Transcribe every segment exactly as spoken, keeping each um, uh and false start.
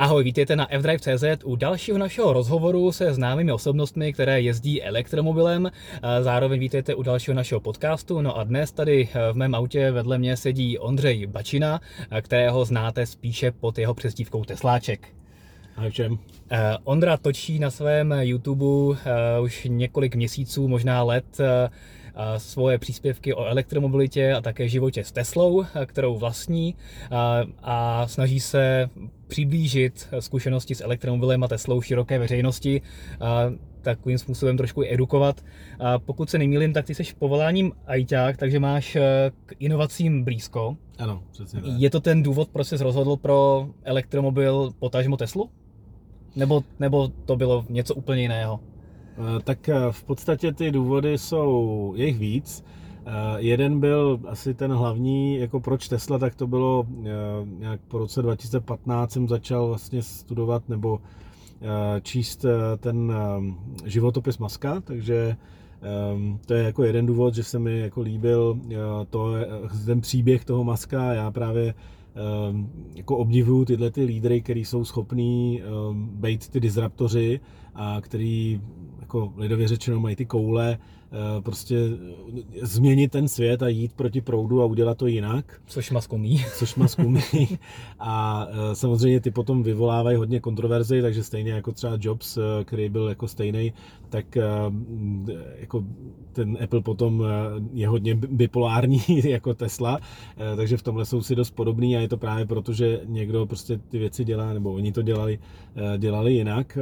Ahoj, vítejte na F Drive tečka cé zet u dalšího našeho rozhovoru se známými osobnostmi, které jezdí elektromobilem. Zároveň vítejte u dalšího našeho podcastu. No a dnes tady v mém autě vedle mě sedí Ondřej Bačina, kterého znáte spíše pod jeho přezdívkou Tesláček. Ahoj všem. Ondra točí na svém YouTube už několik měsíců, možná let, svoje příspěvky o elektromobilitě a také životě s Teslou, kterou vlastní, a snaží se přiblížit zkušenosti s elektromobilem a Teslou široké veřejnosti, takovým způsobem trošku edukovat. Pokud se nemýlím, tak ty jsi povoláním ajťák, takže máš k inovacím blízko. Ano, přesně tak. Je to ten důvod, proč jsi rozhodl pro elektromobil potažmo Teslu? Nebo, nebo to bylo něco úplně jiného? Tak v podstatě ty důvody jsou, je jich víc. Jeden byl asi ten hlavní, jako proč Tesla, tak to bylo nějak po roce dva tisíce patnáct jsem začal vlastně studovat nebo číst ten životopis Muska, takže to je jako jeden důvod, že se mi jako líbil to, ten příběh toho Muska. Já právě jako obdivuju tyhle ty lídry, který jsou schopní být ty disruptoři a který jako lidově řečeno mají ty koule prostě změnit ten svět a jít proti proudu a udělat to jinak. Což Musk umí. Což Musk umí. A samozřejmě ty potom vyvolávají hodně kontroverzy, takže stejně jako třeba Jobs, který byl jako stejný, tak jako ten Apple potom je hodně bipolární jako Tesla, takže v tomhle jsou si dost podobný a je to právě proto, že někdo prostě ty věci dělá, nebo oni to dělali, dělali jinak.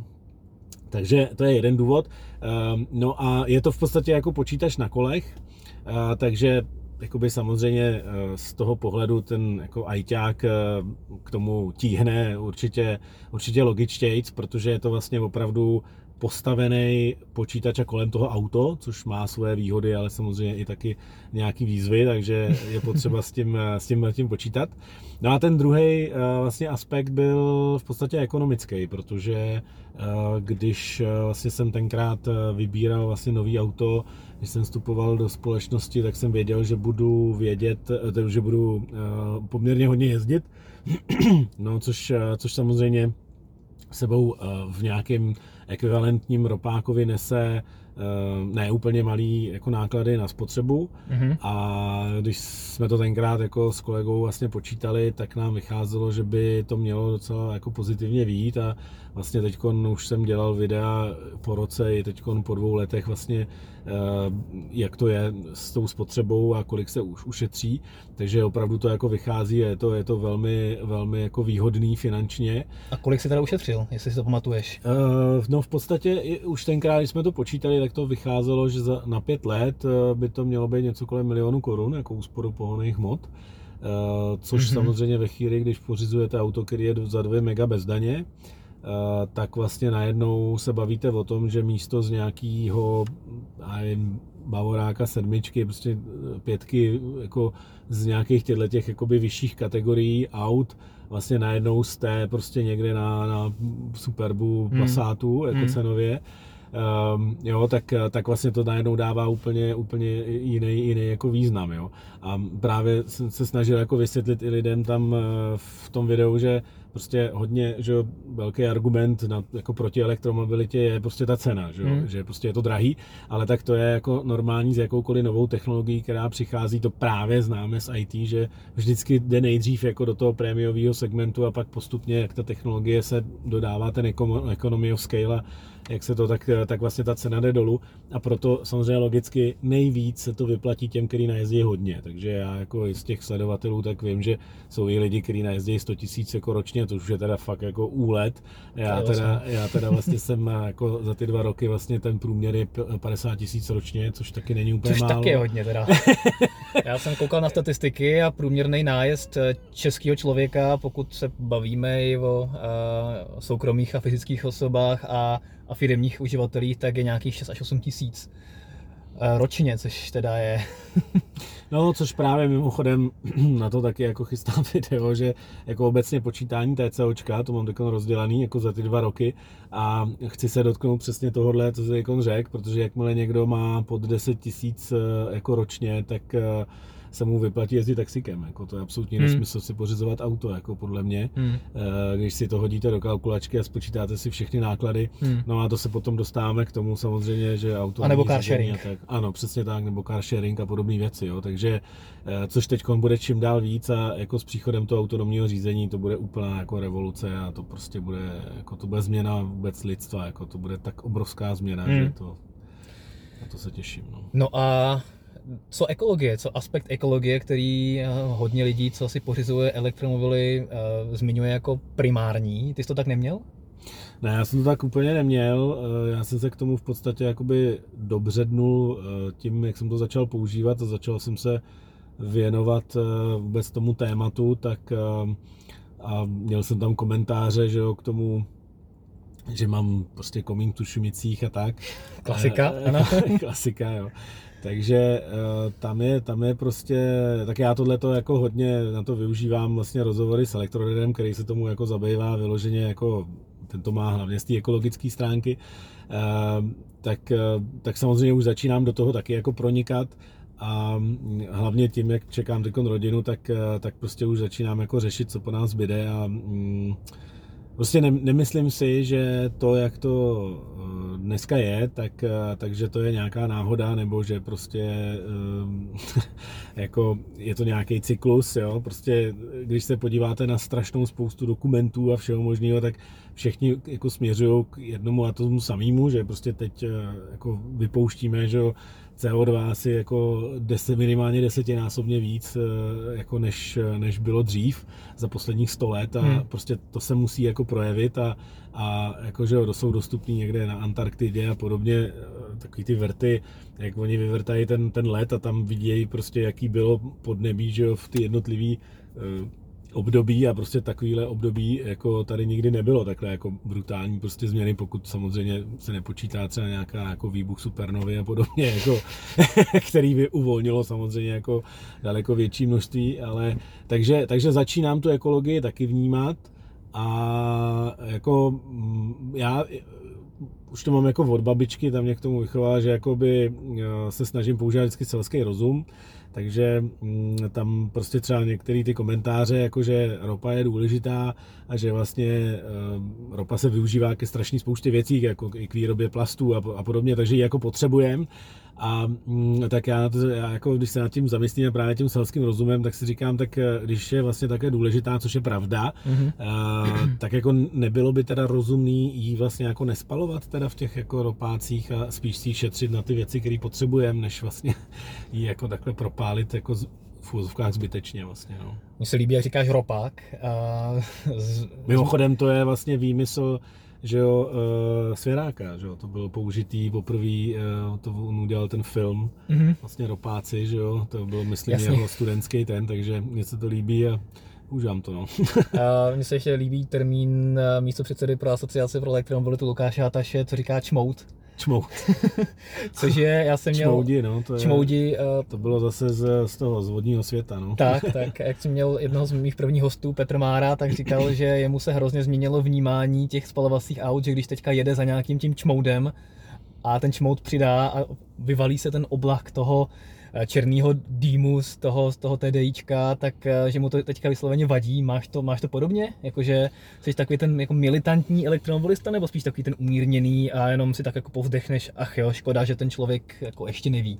Takže to je jeden důvod. No a je to v podstatě jako počítač na kolech, takže jakoby samozřejmě z toho pohledu ten jako ajťák k tomu tíhne určitě, určitě logičtějc, protože je to vlastně opravdu postavený počítač a kolem toho auto, což má svoje výhody, ale samozřejmě i taky nějaký výzvy, takže je potřeba s tím, s tím, tím počítat. No a ten druhý vlastně aspekt byl v podstatě ekonomický, protože když vlastně jsem tenkrát vybíral vlastně nový auto, když jsem vstupoval do společnosti, tak jsem věděl, že budu vědět, že budu poměrně hodně jezdit, no což, což samozřejmě sebou v nějakém ekvivalentním ropákovi nese ne úplně malý jako náklady na spotřebu. Mm-hmm. A když jsme to tenkrát jako s kolegou vlastně počítali, tak nám vycházelo, že by to mělo docela jako pozitivně vyjít a vlastně teďkon už jsem dělal videa po roce i teďkon po dvou letech vlastně jak to je s tou spotřebou a kolik se už ušetří, takže opravdu to jako vychází a je to, je to velmi, velmi jako výhodný finančně. A kolik si teda ušetřil, jestli si to pamatuješ? Uh, no v podstatě už tenkrát, když jsme to počítali, tak to vycházelo, že za, na pět let by to mělo být něco kolem milionu korun, jako úsporu pohonných hmot, uh, což mm-hmm. samozřejmě ve chvíli, když pořizujete auto, který je za dvě mega bez daně, Uh, tak vlastně najednou se bavíte o tom, že místo z nějakého Bavoráka sedmičky, prostě pětky, jako z nějakých těchto jakoby vyšších kategorií aut, vlastně najednou jste prostě někde na, na Superbu, hmm. Passatu, jako hmm. cenově. Um, jo, tak, tak vlastně to najednou dává úplně, úplně jiný, jiný jako význam, jo. A právě jsem se snažil jako vysvětlit i lidem tam v tom videu, že prostě hodně, že velký argument na, jako proti elektromobilitě je prostě ta cena, že, hmm. že prostě je to drahý, ale tak to je jako normální s jakoukoliv novou technologií, která přichází, to právě známe z í té, že vždycky jde nejdřív jako do toho prémiového segmentu a pak postupně, jak ta technologie se dodává ten economy of scale a jak se to, tak, tak vlastně ta cena jde dolů a proto samozřejmě logicky nejvíc se to vyplatí těm, kteří najezdí hodně, takže já jako z těch sledovatelů tak vím, že jsou i lidi, kteří najezdí sto tisíc jako ročně, to už je teda fakt jako úlet. Já teda, já teda vlastně jsem jako za ty dva roky vlastně ten průměr je padesát tisíc ročně, což taky není úplně což málo. Což taky je hodně teda. Já jsem koukal na statistiky a průměrný nájezd českého člověka, pokud se bavíme i o uh, soukromých a fyzických osobách a, a firemních uživatelích, tak je nějakých šest až osm tisíc uh, ročně, což teda je... No, což právě mimochodem na to taky jako chystám video, že jako obecně počítání TCOčka, to mám takhle rozdělaný jako za ty dva roky a chci se dotknout přesně tohohle, co jsi řekl, protože jakmile někdo má pod deset tisíc jako ročně, tak se mu vyplatí jezdit taxikem. Jako to je absolutně hmm. nesmysl si pořizovat auto, jako podle mě. Hmm. Když si to hodíte do kalkulačky a spočítáte si všechny náklady, hmm. no a to se potom dostáváme k tomu samozřejmě, že auto... A nebo car sharing. Tak, ano, přesně tak, nebo car sharing a podobné věci, jo. Takže, což teď bude čím dál víc a jako s příchodem toho autonomního řízení to bude úplná jako revoluce a to prostě bude, jako to bude změna vůbec lidstva, jako to bude tak obrovská změna, hmm. že to, na to se těším. No. no a co ekologie, co aspekt ekologie, který hodně lidí, co si pořizuje elektromobily, zmiňuje jako primární, ty jsi to tak neměl? Ne, já jsem to tak úplně neměl, já jsem se k tomu v podstatě jakoby dobřednul tím, jak jsem to začal používat a začal jsem se věnovat vůbec tomu tématu, tak a měl jsem tam komentáře, že jo, k tomu, že mám prostě komín v Šumicích a tak. Klasika, ano. Klasika, jo. Takže tam je, tam je prostě, tak já tohleto jako hodně na to využívám vlastně rozhovory s elektroredem, který se tomu jako zabývá vyloženě jako, ten to má hlavně z té ekologické stránky, tak, tak samozřejmě už začínám do toho taky jako pronikat a hlavně tím, jak čekám teď rodinu, tak, tak prostě už začínám jako řešit, co po nás zbyde a mm, prostě ne, nemyslím si, že to, jak to dneska je, tak, takže to je nějaká náhoda, nebo že prostě jako je to nějaký cyklus, jo, prostě když se podíváte na strašnou spoustu dokumentů a všeho možného, tak všichni jako směřují k jednomu a tomu samému, že prostě teď jako vypouštíme, že jo, C O dva asi jako deset, minimálně desetinásobně víc, jako než, než bylo dřív za posledních sto let a hmm. prostě to se musí jako projevit a, a jako, že jo, jsou dostupný někde na Antarktidě a podobně, takový ty vrty, jak oni vyvrtají ten, ten led a tam vidějí prostě, jaký bylo podnebí, že jo, v ty jednotlivý období a prostě takovýhle období jako tady nikdy nebylo, takhle jako brutální prostě změny, pokud samozřejmě se nepočítá třeba nějaká jako výbuch supernovy a podobně, jako, který by uvolnilo samozřejmě jako daleko větší množství, ale takže, takže začínám tu ekologii taky vnímat a jako já už to mám jako od babičky, tam mě k tomu vychovala, že jakoby se snažím používat vždycky selský rozum, takže tam prostě třeba některé ty komentáře, jakože ropa je důležitá a že vlastně ropa se využívá ke strašný spoustě věcí, jako i k výrobě plastů a podobně, takže ji jako potřebujeme. A tak já, já jako když se nad tím zamyslím právě tím selským rozumem, tak si říkám, tak když je vlastně také důležitá, což je pravda, mm-hmm. uh, tak jako nebylo by teda rozumný jí vlastně jako nespalovat teda v těch jako ropácích a spíš si šetřit na ty věci, které potřebujeme, než vlastně jí jako takhle propálit jako v úzovkách zbytečně vlastně. No. Mně se líbí, jak říkáš ropák. Uh, z... Mimochodem to je vlastně výmysl, že jo, uh, Svěráka, že jo, to bylo použitý poprvé, uh, to on udělal ten film, mm-hmm. vlastně Ropáci, že jo, to bylo, myslím, Jasně. jeho studentský ten, takže mně se to líbí a užívám to, no. A mně se ještě líbí termín místopředsedy pro asociaci pro elektromobilitu Lukáše Hataše, co říká čmout. Čmout. Což je, já jsem měl... Čmoudi, no, to, je, čmoudi, uh, to bylo zase z, z toho, z vodního světa, no. Tak, tak, jak jsem měl jednoho z mých prvních hostů, Petr Mára, tak říkal, že jemu se hrozně změnilo vnímání těch spalovacích aut, že když teďka jede za nějakým tím čmoudem a ten čmoud přidá a vyvalí se ten oblak toho černého dýmu z toho, z toho TDIčka, tak že mu to teďka vysloveně vadí. Máš to, máš to podobně? Jakože jsi takový ten jako militantní elektromobilista, nebo spíš takový ten umírněný a jenom si tak jako povzdechneš, ach jo, škoda, že ten člověk jako ještě neví.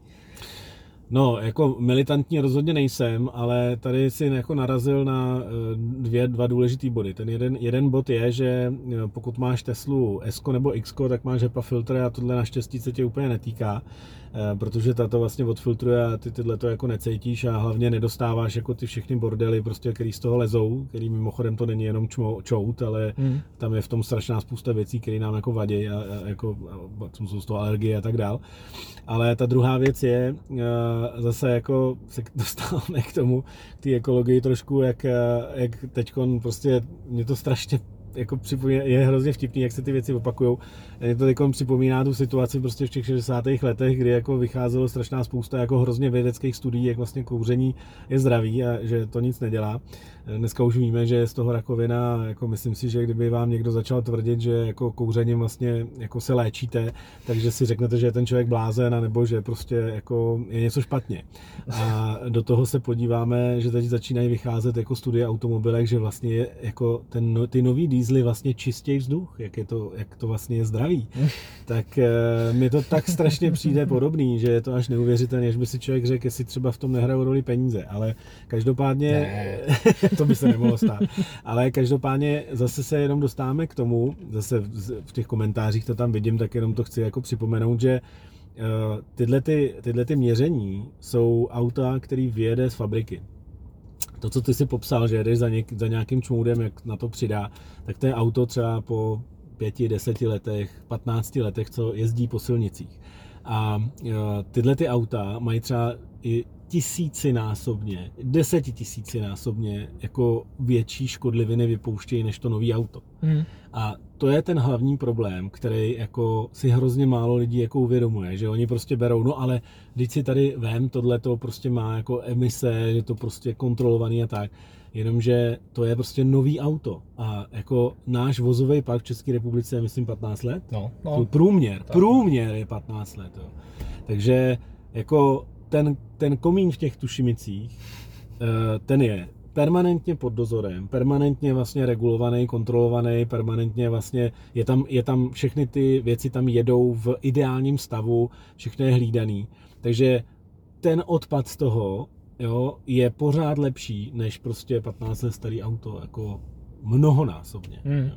No, jako militantní rozhodně nejsem, ale tady si jako narazil na dvě, dva důležitý body. Ten jeden, jeden bod je, že pokud máš Teslu S nebo X, tak máš HEPA filtry a tohle naštěstí se tě úplně netýká, protože ta to vlastně odfiltruje a ty tyhle to jako necítíš a hlavně nedostáváš jako ty všechny bordely, prostě, který z toho lezou, který mimochodem to není jenom čmo, čout, ale hmm. tam je v tom strašná spousta věcí, které nám jako vadí a, a jako a jsou z toho alergie a tak dál. Ale ta druhá věc je, zase jako se dostáváme k tomu, k té ekologii trošku, jak, jak teďkon prostě mě to strašně jako připomíná, je hrozně vtipný, jak se ty věci opakujou. Mě to takom připomíná tu situaci prostě v těch šedesátých letech, kdy jako vycházelo strašná spousta jako hrozně vědeckých studií, jak vlastně kouření je zdravý a že to nic nedělá. Dneska už víme, že je z toho rakovina, jako myslím si, že kdyby vám někdo začal tvrdit, že jako kouřením vlastně jako se léčíte, takže si řeknete, že je ten člověk blázen, nebo že prostě jako je něco špatně. A do toho se podíváme, že teď začínají vycházet jako studie automobilek, že vlastně je jako ten, ty nový diesely vlastně čistěj vzduch, jak, je to, jak to vlastně je zdravý. Tak e, mi to tak strašně přijde podobný, že je to až neuvěřitelné, že by si člověk řekl, jestli třeba v tom nehrajou roli peníze, ale každopádně ne. To by se nemohlo stát. Ale každopádně zase se jenom dostáváme k tomu, zase v těch komentářích to tam vidím, tak jenom to chci jako připomenout, že tyhle, ty, tyhle ty měření jsou auta, který vyjede z fabriky. To, co ty si popsal, že jedeš za, něk, za nějakým čmoudem, jak na to přidá, tak to je auto třeba po pěti, deseti letech, patnácti letech, co jezdí po silnicích. A tyhle ty auta mají třeba i tisícinásobně, desetitisícinásobně jako větší škodliviny vypouštějí než to nový auto. Hmm. A to je ten hlavní problém, který jako si hrozně málo lidí jako uvědomuje, že oni prostě berou, no ale když si tady vem, tohle to prostě má jako emise, je to prostě kontrolovaný a tak, jenomže to je prostě nový auto a jako náš vozový park v České republice je myslím patnáct let, no, no. průměr, tak. průměr je patnáct let, jo. Takže jako ten, ten komín v těch Tušimicích, ten je permanentně pod dozorem, permanentně vlastně regulovaný, kontrolovaný, permanentně vlastně je tam, je tam všechny ty věci tam jedou v ideálním stavu, všechno je hlídaný. Takže ten odpad z toho, jo, je pořád lepší než prostě patnáct let starý auto, jako mnohonásobně. Hmm. Jo.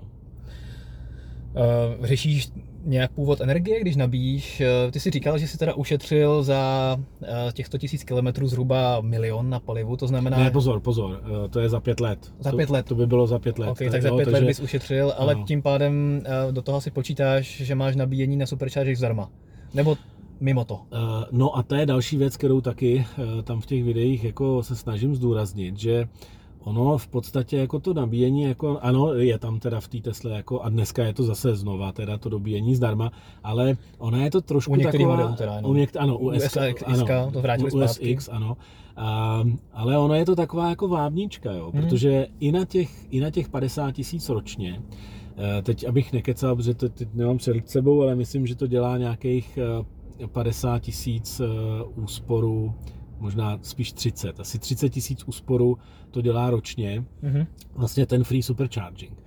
Uh, řešíš nějak původ energie, když nabíjíš? Ty jsi říkal, že jsi teda ušetřil za těch sto tisíc kilometrů zhruba milion na palivu, to znamená... Ne, pozor, pozor, to je za pět let. Za pět let? To, to by bylo za pět let. Ok, tak za pět let bys ušetřil, ale ano. Tím pádem do toho si počítáš, že máš nabíjení na superchargech zdarma. Nebo mimo to? No a to je další věc, kterou taky tam v těch videích jako se snažím zdůraznit, že ono v podstatě jako to nabíjení, jako, ano, je tam teda v té Tesle, jako, a dneska je to zase znova, teda to dobíjení zdarma, ale ona je to trošku u taková... Modelů teda, u něk, ano, u, u S X, ano, to vrátili u zpátky. S X, ano. A, ale ono je to taková jako vábnička, jo, hmm. protože i na těch, i na těch padesát tisíc ročně, teď abych nekecal, protože to teď nemám před sebou, ale myslím, že to dělá nějakých padesát tisíc úsporu, možná spíš třicet, asi třicet tisíc úsporu to dělá ročně, mm-hmm. vlastně ten free supercharging.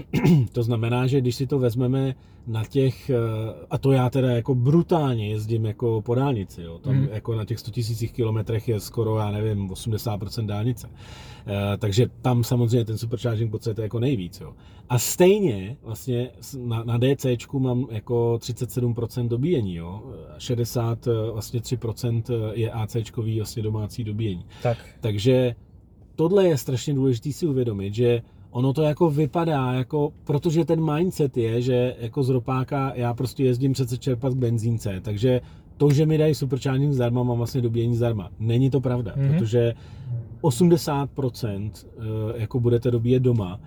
To znamená, že když si to vezmeme na těch, a to já teda jako brutálně jezdím jako po dálnici, jo, tam mm. jako na těch sto tisících kilometrech je skoro, já nevím, osmdesát procent dálnice. E, takže tam samozřejmě ten supercharging potřebujete jako nejvíc, jo. A stejně vlastně na, na DCčku mám jako třicet sedm procent dobíjení, jo. šedesát vlastně tři procent je ACčkový vlastně domácí dobíjení. Tak. Takže tohle je strašně důležité si uvědomit, že ono to jako vypadá, jako, protože ten mindset je, že jako z ropáka já prostě jezdím přece čerpat k benzínce, takže to, že mi dají supercharging zdarma, mám vlastně dobíjení zdarma. Není to pravda, mm-hmm. protože osmdesát procent jako budete dobíjet doma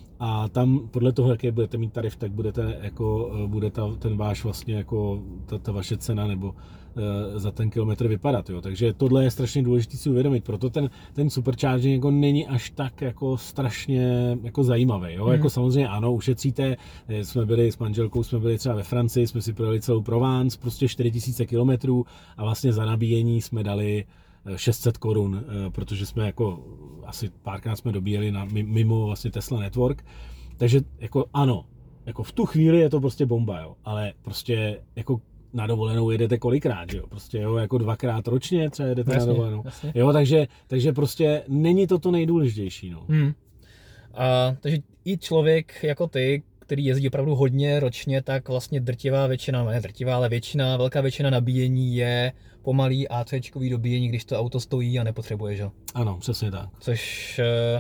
a tam podle toho, jaký budete mít tarif, tak budete jako, bude ta, ten váš vlastně jako ta, ta vaše cena nebo e, za ten kilometr vypadat, jo. Takže tohle je strašně důležité si uvědomit, proto ten, ten supercharging jako není až tak jako strašně jako zajímavý, jo. Mm. Jako samozřejmě ano, ušetříte, jsme byli s manželkou, jsme byli třeba ve Francii, jsme si projeli celou Provence, prostě čtyři tisíce kilometrů a vlastně za nabíjení jsme dali šest set korun, protože jsme jako asi párkrát jsme dobíjeli na, mimo vlastně Tesla Network, takže jako ano, jako v tu chvíli je to prostě bomba, jo, ale prostě jako na dovolenou jedete kolikrát, jo, prostě jo, jako dvakrát ročně třeba jedete jasně, na dovolenou, jasně. Jo, takže, takže prostě není to to nejdůležitější, no. Hmm. A, takže i člověk jako ty, který jezdí opravdu hodně ročně, tak vlastně drtivá většina, ne drtivá, ale většina, velká většina nabíjení je pomalý ACčkový dobíjení, když to auto stojí a nepotřebuje, že? Ano, přesně tak. Což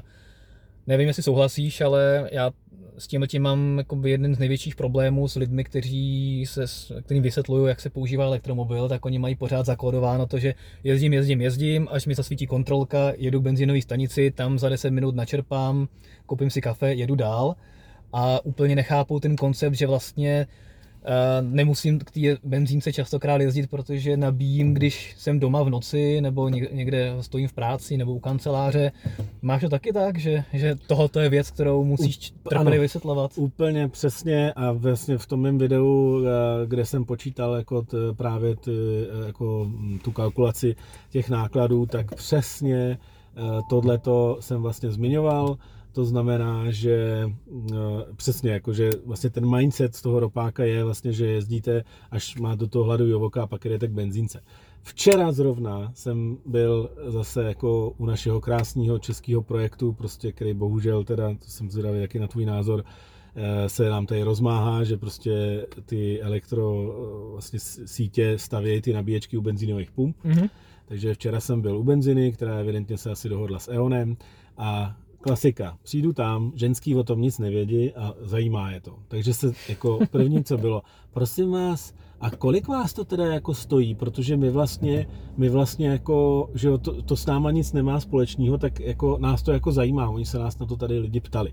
nevím, jestli souhlasíš, ale já s tím tím mám jakoby jeden z největších problémů s lidmi, kteří se, kterým vysvětlují, jak se používá elektromobil, tak oni mají pořád zakódováno to, že jezdím, jezdím, jezdím, až mi zasvítí kontrolka, jedu k benzínové stanici, tam za deset minut načerpám, koupím si kafe, jedu dál. a úplně nechápou ten koncept, že vlastně Uh, nemusím k té benzínce častokrát jezdit, protože nabíjím, když jsem doma v noci, nebo někde stojím v práci, nebo u kanceláře. Máš to taky tak, že, že tohoto je věc, kterou musíš trpělivě vysvětlovat? Úplně přesně a vlastně v tom mém videu, kde jsem počítal jako t, právě t, jako tu kalkulaci těch nákladů, tak přesně tohleto jsem vlastně zmiňoval. To znamená, že přesně jako, že vlastně ten mindset z toho ropáka je vlastně, že jezdíte, až má do toho hladový ovoka a pak jdete k benzínce. Včera zrovna jsem byl zase jako u našeho krásného českého projektu, prostě, který bohužel teda, to jsem zvědavý taky na tvůj názor, se nám tady rozmáhá, že prostě ty elektro vlastně sítě stavějí ty nabíječky u benzínových pump. Mm-hmm. Takže včera jsem byl u benzíny, která evidentně se asi dohodla s E.ONem a klasika. Přijdu tam, ženský o tom nic nevědí a zajímá je to. Takže se jako první, co bylo, prosím vás, a kolik vás to teda jako stojí, protože my vlastně, my vlastně jako, že jo, to, to s náma nic nemá společného, tak jako nás to jako zajímá, oni se nás na to tady lidi ptali.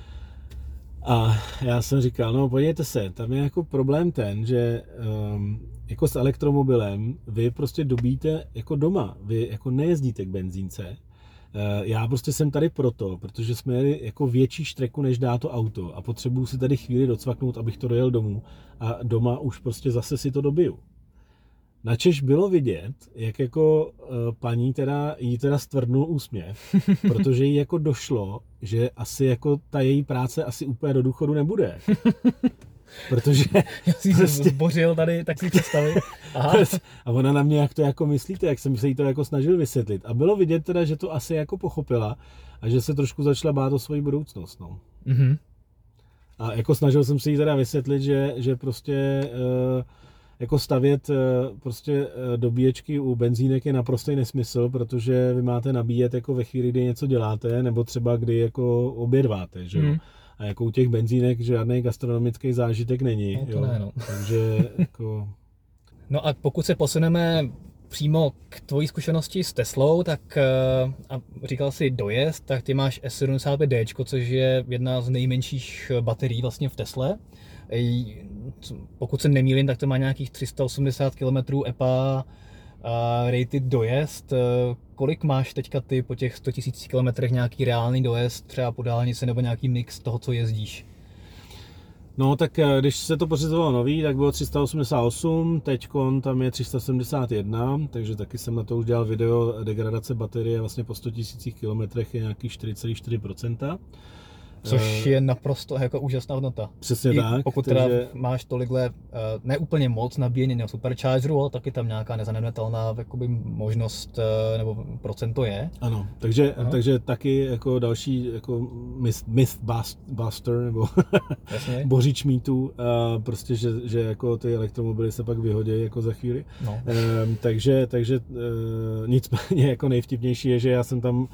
A já jsem říkal, no podívejte se, tam je jako problém ten, že um, jako s elektromobilem vy prostě dobíte jako doma, vy jako nejezdíte k benzínce. Já prostě jsem tady proto, protože jsme jeli jako větší štreku, než dá to auto a potřebuju si tady chvíli docvaknout, abych to dojel domů a doma už prostě zase si to dobiju. Načež bylo vidět, jak jako paní teda, jí teda stvrdnul úsměv, protože jí jako došlo, že asi jako ta její práce asi úplně do důchodu nebude. Protože já si prostě zbořil tady taky představy. Aha. A ona na mě, jak to jako myslíte, jak jsem se jí to jako snažil vysvětlit. A bylo vidět teda, že to asi jako pochopila a že se trošku začala bát o svoji budoucnost. No. Mm-hmm. A jako snažil jsem si jí teda vysvětlit, že, že prostě uh, jako stavět uh, prostě uh, dobíječky u benzínek je naprostý nesmysl, protože vy máte nabíjet jako ve chvíli, kdy něco děláte, nebo třeba kdy jako obědváte, že jo. Mm. A jako u těch benzínek žádný gastronomický zážitek není. No, to jo. ne, no. Takže jako... No a pokud se posuneme přímo k tvojí zkušenosti s Teslou, tak a říkal jsi dojezd, tak ty máš S sedmdesát pět D, což je jedna z nejmenších baterií vlastně v Tesle. Pokud se nemýlím, tak to má nějakých tři sta osmdesát kilometrů E P A rated dojezd. Kolik máš teďka ty po těch sto tisíc kilometrech nějaký reálný dojezd, třeba po dálnici nebo nějaký mix toho, co jezdíš? No tak když se to pořizovalo nový, tak bylo tři sta osmdesát osm, teďkon tam je tři sta sedmdesát jedna, takže taky jsem na to už dělal video, degradace baterie vlastně po sto tisíc kilometrech je nějaký čtyři celá čtyři procenta. Což je naprosto jako úžasná hodnota. Přesně I tak. Pokud teda takže... máš tolikhle, ne úplně moc nabíjení nebo superchargeru, ale taky tam nějaká nezanedbatelná možnost nebo procento je. Ano, takže, takže taky jako další jako myth buster nebo bořič mýtů, prostě, že, že jako ty elektromobily se pak vyhodí jako za chvíli. No. Um, takže, takže uh, nicméně jako nejvtipnější je, že já jsem tam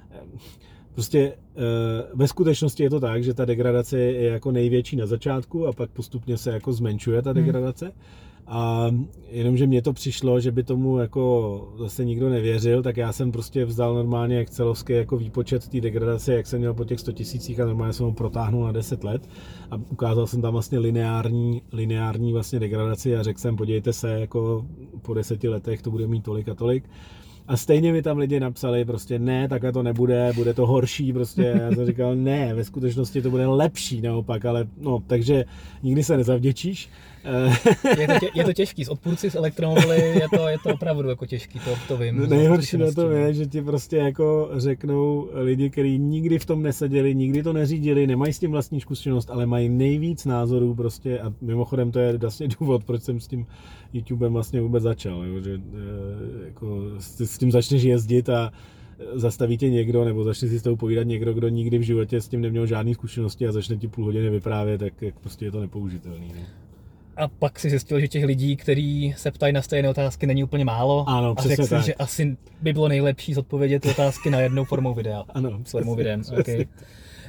prostě ve skutečnosti je to tak, že ta degradace je jako největší na začátku a pak postupně se jako zmenšuje ta degradace. A jenomže mně to přišlo, že by tomu jako zase nikdo nevěřil, tak já jsem prostě vzdal normálně excelovský jako výpočet té degradace, jak jsem měl po těch sto tisících a normálně jsem ho protáhnul na deset let a ukázal jsem tam vlastně lineární, lineární vlastně degradaci a řekl jsem, podívejte se, jako po deseti letech to bude mít tolik a tolik. A stejně mi tam lidi napsali prostě ne, takhle to nebude, bude to horší prostě. Já jsem říkal ne, ve skutečnosti to bude lepší naopak, ale no, takže nikdy se nezavděčíš. Je to, tě, je to těžký, s odpůrci s elektromobily je to, je to opravdu jako těžký, to, to vím. Nejhorší na tom je, že ti prostě jako řeknou lidi, kteří nikdy v tom neseděli, nikdy to neřídili, nemají s tím vlastní zkušenost, ale mají nejvíc názorů prostě a mimochodem to je vlastně důvod, proč jsem s tím YouTubem vlastně vůbec začal, jo, že jako s tím začneš jezdit a zastaví tě někdo, nebo začne si s tou povídat někdo, kdo nikdy v životě s tím neměl žádný zkušenosti a začne ti půl hodiny vyprávět, tak, tak prostě je to nepoužitelný. Ne? A pak si zjistil, že těch lidí, kteří se ptají na stejné otázky, není úplně málo. Ano, a řekl si, tak. že asi by bylo nejlepší zodpovědět ty otázky na jednou formou videa. Ano, formou videem. Okay.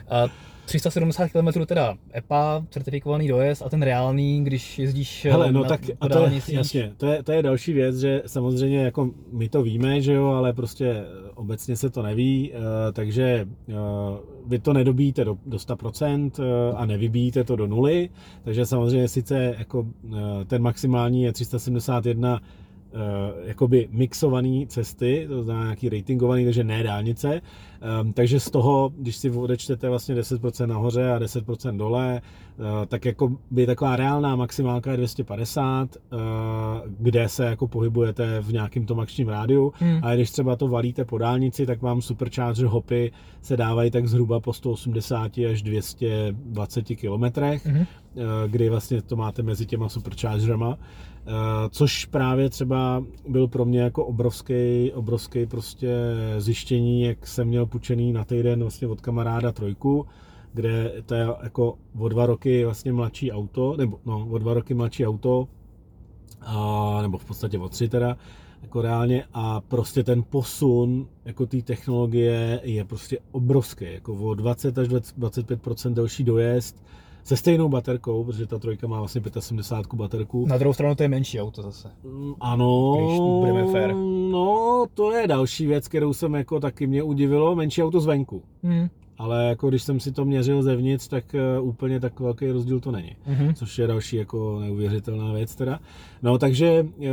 A tři sta sedmdesát kilometrů teda E P A, certifikovaný dojezd, a ten reálný, když jezdíš Hele, no na, tak po a to je, dálnici. jasně, to je, to je další věc, že samozřejmě jako my to víme, že jo, ale prostě obecně se to neví, uh, takže uh, vy to nedobíjíte do, do sto procent uh, a nevybíjíte to do nuly, takže samozřejmě sice jako uh, ten maximální je tři sta sedmdesát jedna Uh, jakoby mixovaný cesty, to znamená nějaký ratingovaný, takže ne dálnice. Um, takže z toho, když si odečtete vlastně deset procent nahoře a deset procent dole, uh, tak jako by taková reálná maximálka je dvě stě padesát, uh, kde se jako pohybujete v nějakém tom akčním rádiu. Hmm. A když třeba to valíte po dálnici, tak vám supercharger hopy se dávají tak zhruba po sto osmdesát až dvě stě dvacet kilometrech, hmm. uh, kdy vlastně to máte mezi těma superchargerama. Uh, což právě třeba byl pro mě jako obrovský, obrovský prostě zjištění, jak jsem měl půjčený na týden vlastně od kamaráda trojku, kde to je jako o dva roky vlastně mladší auto, nebo no, o dva roky mladší auto, a, nebo v podstatě o tři teda, jako reálně, a prostě ten posun jako té technologie je prostě obrovský, jako o dvacet až dvacet pět procent delší dojezd, se stejnou baterkou, protože ta trojka má vlastně sedmdesát pět baterku. Na druhou stranu to je menší auto zase. Ano, když budeme fair. No, to je další věc, kterou jsem jako taky mě udivilo, menší auto zvenku. Hmm. Ale jako když jsem si to měřil zevnitř, tak uh, úplně tak velký rozdíl to není. Hmm. Což je další jako neuvěřitelná věc teda. No, takže uh,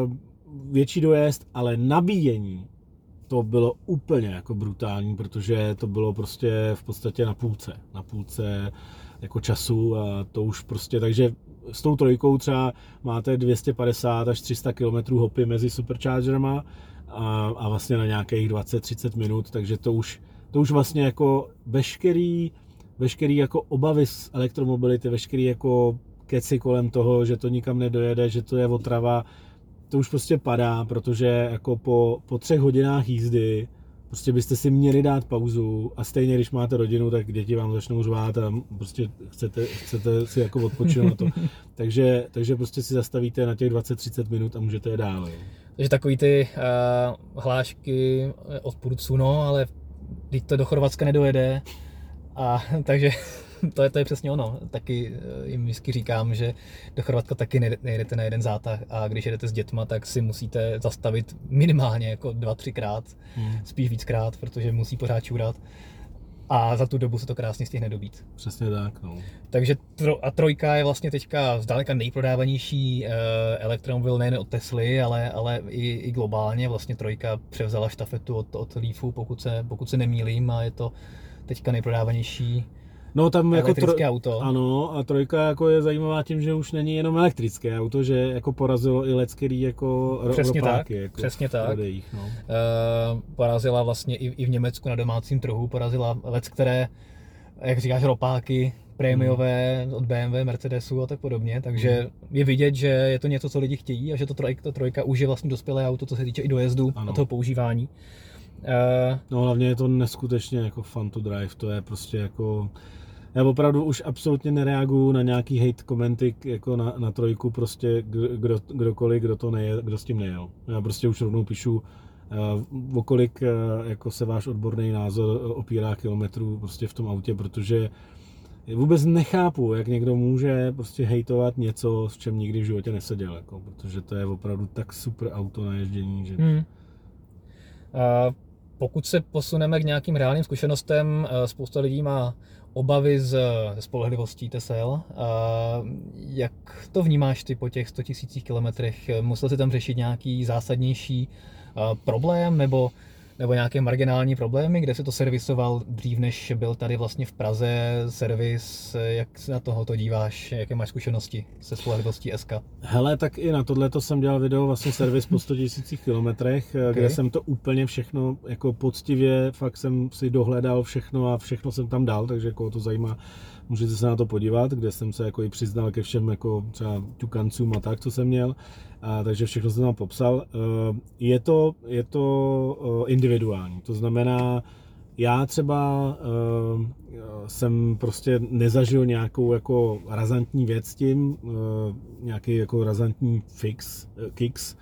větší dojezd, ale nabíjení to bylo úplně jako brutální, protože to bylo prostě v podstatě na půlce. Na půlce jako času a to už prostě, takže s tou trojkou třeba máte dvě stě padesát až tři sta kilometrů hopy mezi superchargerama a, a vlastně na nějakých dvacet třicet minut, takže to už, to už vlastně jako veškerý, veškerý jako obavy z elektromobility, veškerý jako keci kolem toho, že to nikam nedojede, že to je otrava, to už prostě padá, protože jako po, po třech hodinách jízdy prostě byste si měli dát pauzu a stejně, když máte rodinu, tak děti vám začnou řvát a prostě chcete, chcete si jako odpočinout na to. Takže, takže prostě si zastavíte na těch dvacet třicet minut a můžete je dál. Jo. Takže takový ty uh, hlášky odpůrců, no, ale teď to do Chorvatska nedojede, a takže to je, to je přesně ono. Taky jim vždycky říkám, že do Chorvatska taky nejedete na jeden zátah a když jedete s dětma, tak si musíte zastavit minimálně jako dva, třikrát, hmm. spíš víckrát, protože musí pořád čůrat. A za tu dobu se to krásně stihne dobít. Přesně tak, no. Takže tro, a trojka je vlastně teďka zdaleka nejprodávanější uh, elektromobil nejen od Tesly, ale, ale i, i globálně. Vlastně trojka převzala štafetu od, od Leafu, pokud se, pokud se nemýlím, a je to teďka nejprodávanější no, tam elektrické jako auto. Ano, a trojka jako je zajímavá tím, že už není jenom elektrické auto, že jako porazilo i lecký jako přesně ropáky. Tak, jako přesně tak. Prodejích, no. Uh, porazila vlastně i, i v Německu na domácím trhu, porazila lec, které, jak říkáš, ropáky prémiové hmm. od B M W, Mercedesu a tak podobně, takže hmm. je vidět, že je to něco, co lidi chtějí a že to trojka, to trojka už je vlastně dospělé auto, co se týče i dojezdu ano. a toho používání. Uh, no hlavně je to neskutečně jako fun to drive, to je prostě jako... Já opravdu už absolutně nereaguju na nějaký hate komenty jako na, na trojku, prostě kdo, kdokoliv, kdo to nejel, kdo s tím nejel. Já prostě už rovnou píšu, uh, o kolik uh, jako se váš odborný názor opírá kilometrů prostě v tom autě, protože vůbec nechápu, jak někdo může prostě hejtovat něco, s čem nikdy v životě neseděl, jako, protože to je opravdu tak super auto na ježdění, že... Hmm. Uh, pokud se posuneme k nějakým reálným zkušenostem, uh, spousta lidí má obavy z spolehlivostí Tesel. Jak to vnímáš ty po těch sto tisících kilometrech? Musel jsi tam řešit nějaký zásadnější problém nebo, nebo nějaké marginální problémy, kde jsi to servisoval dřív, než byl tady vlastně v Praze servis? Jak se na tohoto díváš? Jaké máš zkušenosti se spolehlivostí S K? Hele, tak i na tohleto jsem dělal video, vlastně servis po sto tisících kilometrech, okay. kde jsem to úplně všechno jako poctivě, fakt jsem si dohledal všechno a všechno jsem tam dal, takže koho to zajímá, můžete se na to podívat, kde jsem se jako i přiznal ke všem jako třeba ťukancům a tak, co jsem měl. A, takže všechno jsem tam popsal. Je to, je to individuální, to znamená, já třeba uh, jsem prostě nezažil nějakou jako razantní věc s tím, uh, nějaký jako razantní fix, uh, kicks,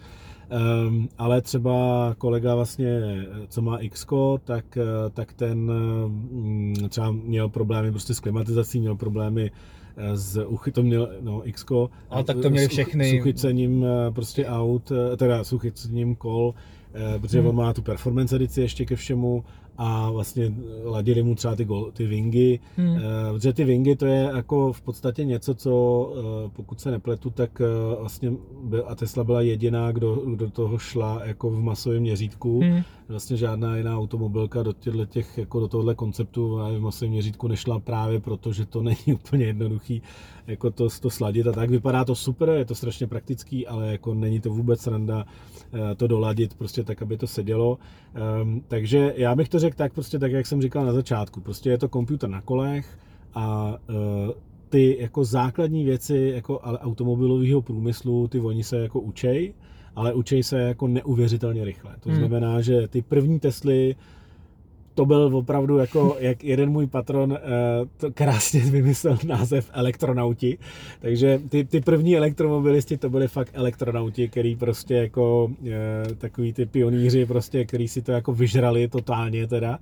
Um, ale třeba kolega vlastně, co má Xko, tak, tak ten um, třeba měl problémy prostě s klimatizací, měl problémy s uchy, to měl, no, Xko, ale tak to měli všechny. S uchycením prostě aut, teda s uchycením kol, protože hmm. on má tu performance edici ještě ke všemu a vlastně ladili mu třeba ty, gol, ty wingy, hmm. protože ty wingy to je jako v podstatě něco, co pokud se nepletu, tak vlastně byl, a Tesla byla jediná, kdo, kdo toho šla jako v masovém měřítku. Hmm. Vlastně žádná jiná automobilka do těchto těch, jako do tohohle konceptu v masovém měřítku nešla právě proto, že to není úplně jednoduchý jako to, to sladit a tak. Vypadá to super, je to strašně praktický, ale jako není to vůbec sranda to doladit prostě tak, aby to sedělo. Um, takže já bych to řekl tak prostě tak, jak jsem říkal na začátku. Prostě je to počítač na kolech a uh, ty jako základní věci jako automobilového průmyslu, ty oni se jako učej, ale učej se jako neuvěřitelně rychle. To hmm. znamená, že ty první Tesly, to byl opravdu jako, jak jeden můj patron to krásně vymyslel název elektronauti. Takže ty, ty první elektromobilisti to byli fakt elektronauti, který prostě jako takový ty pionýři prostě, který si to jako vyžrali totálně teda.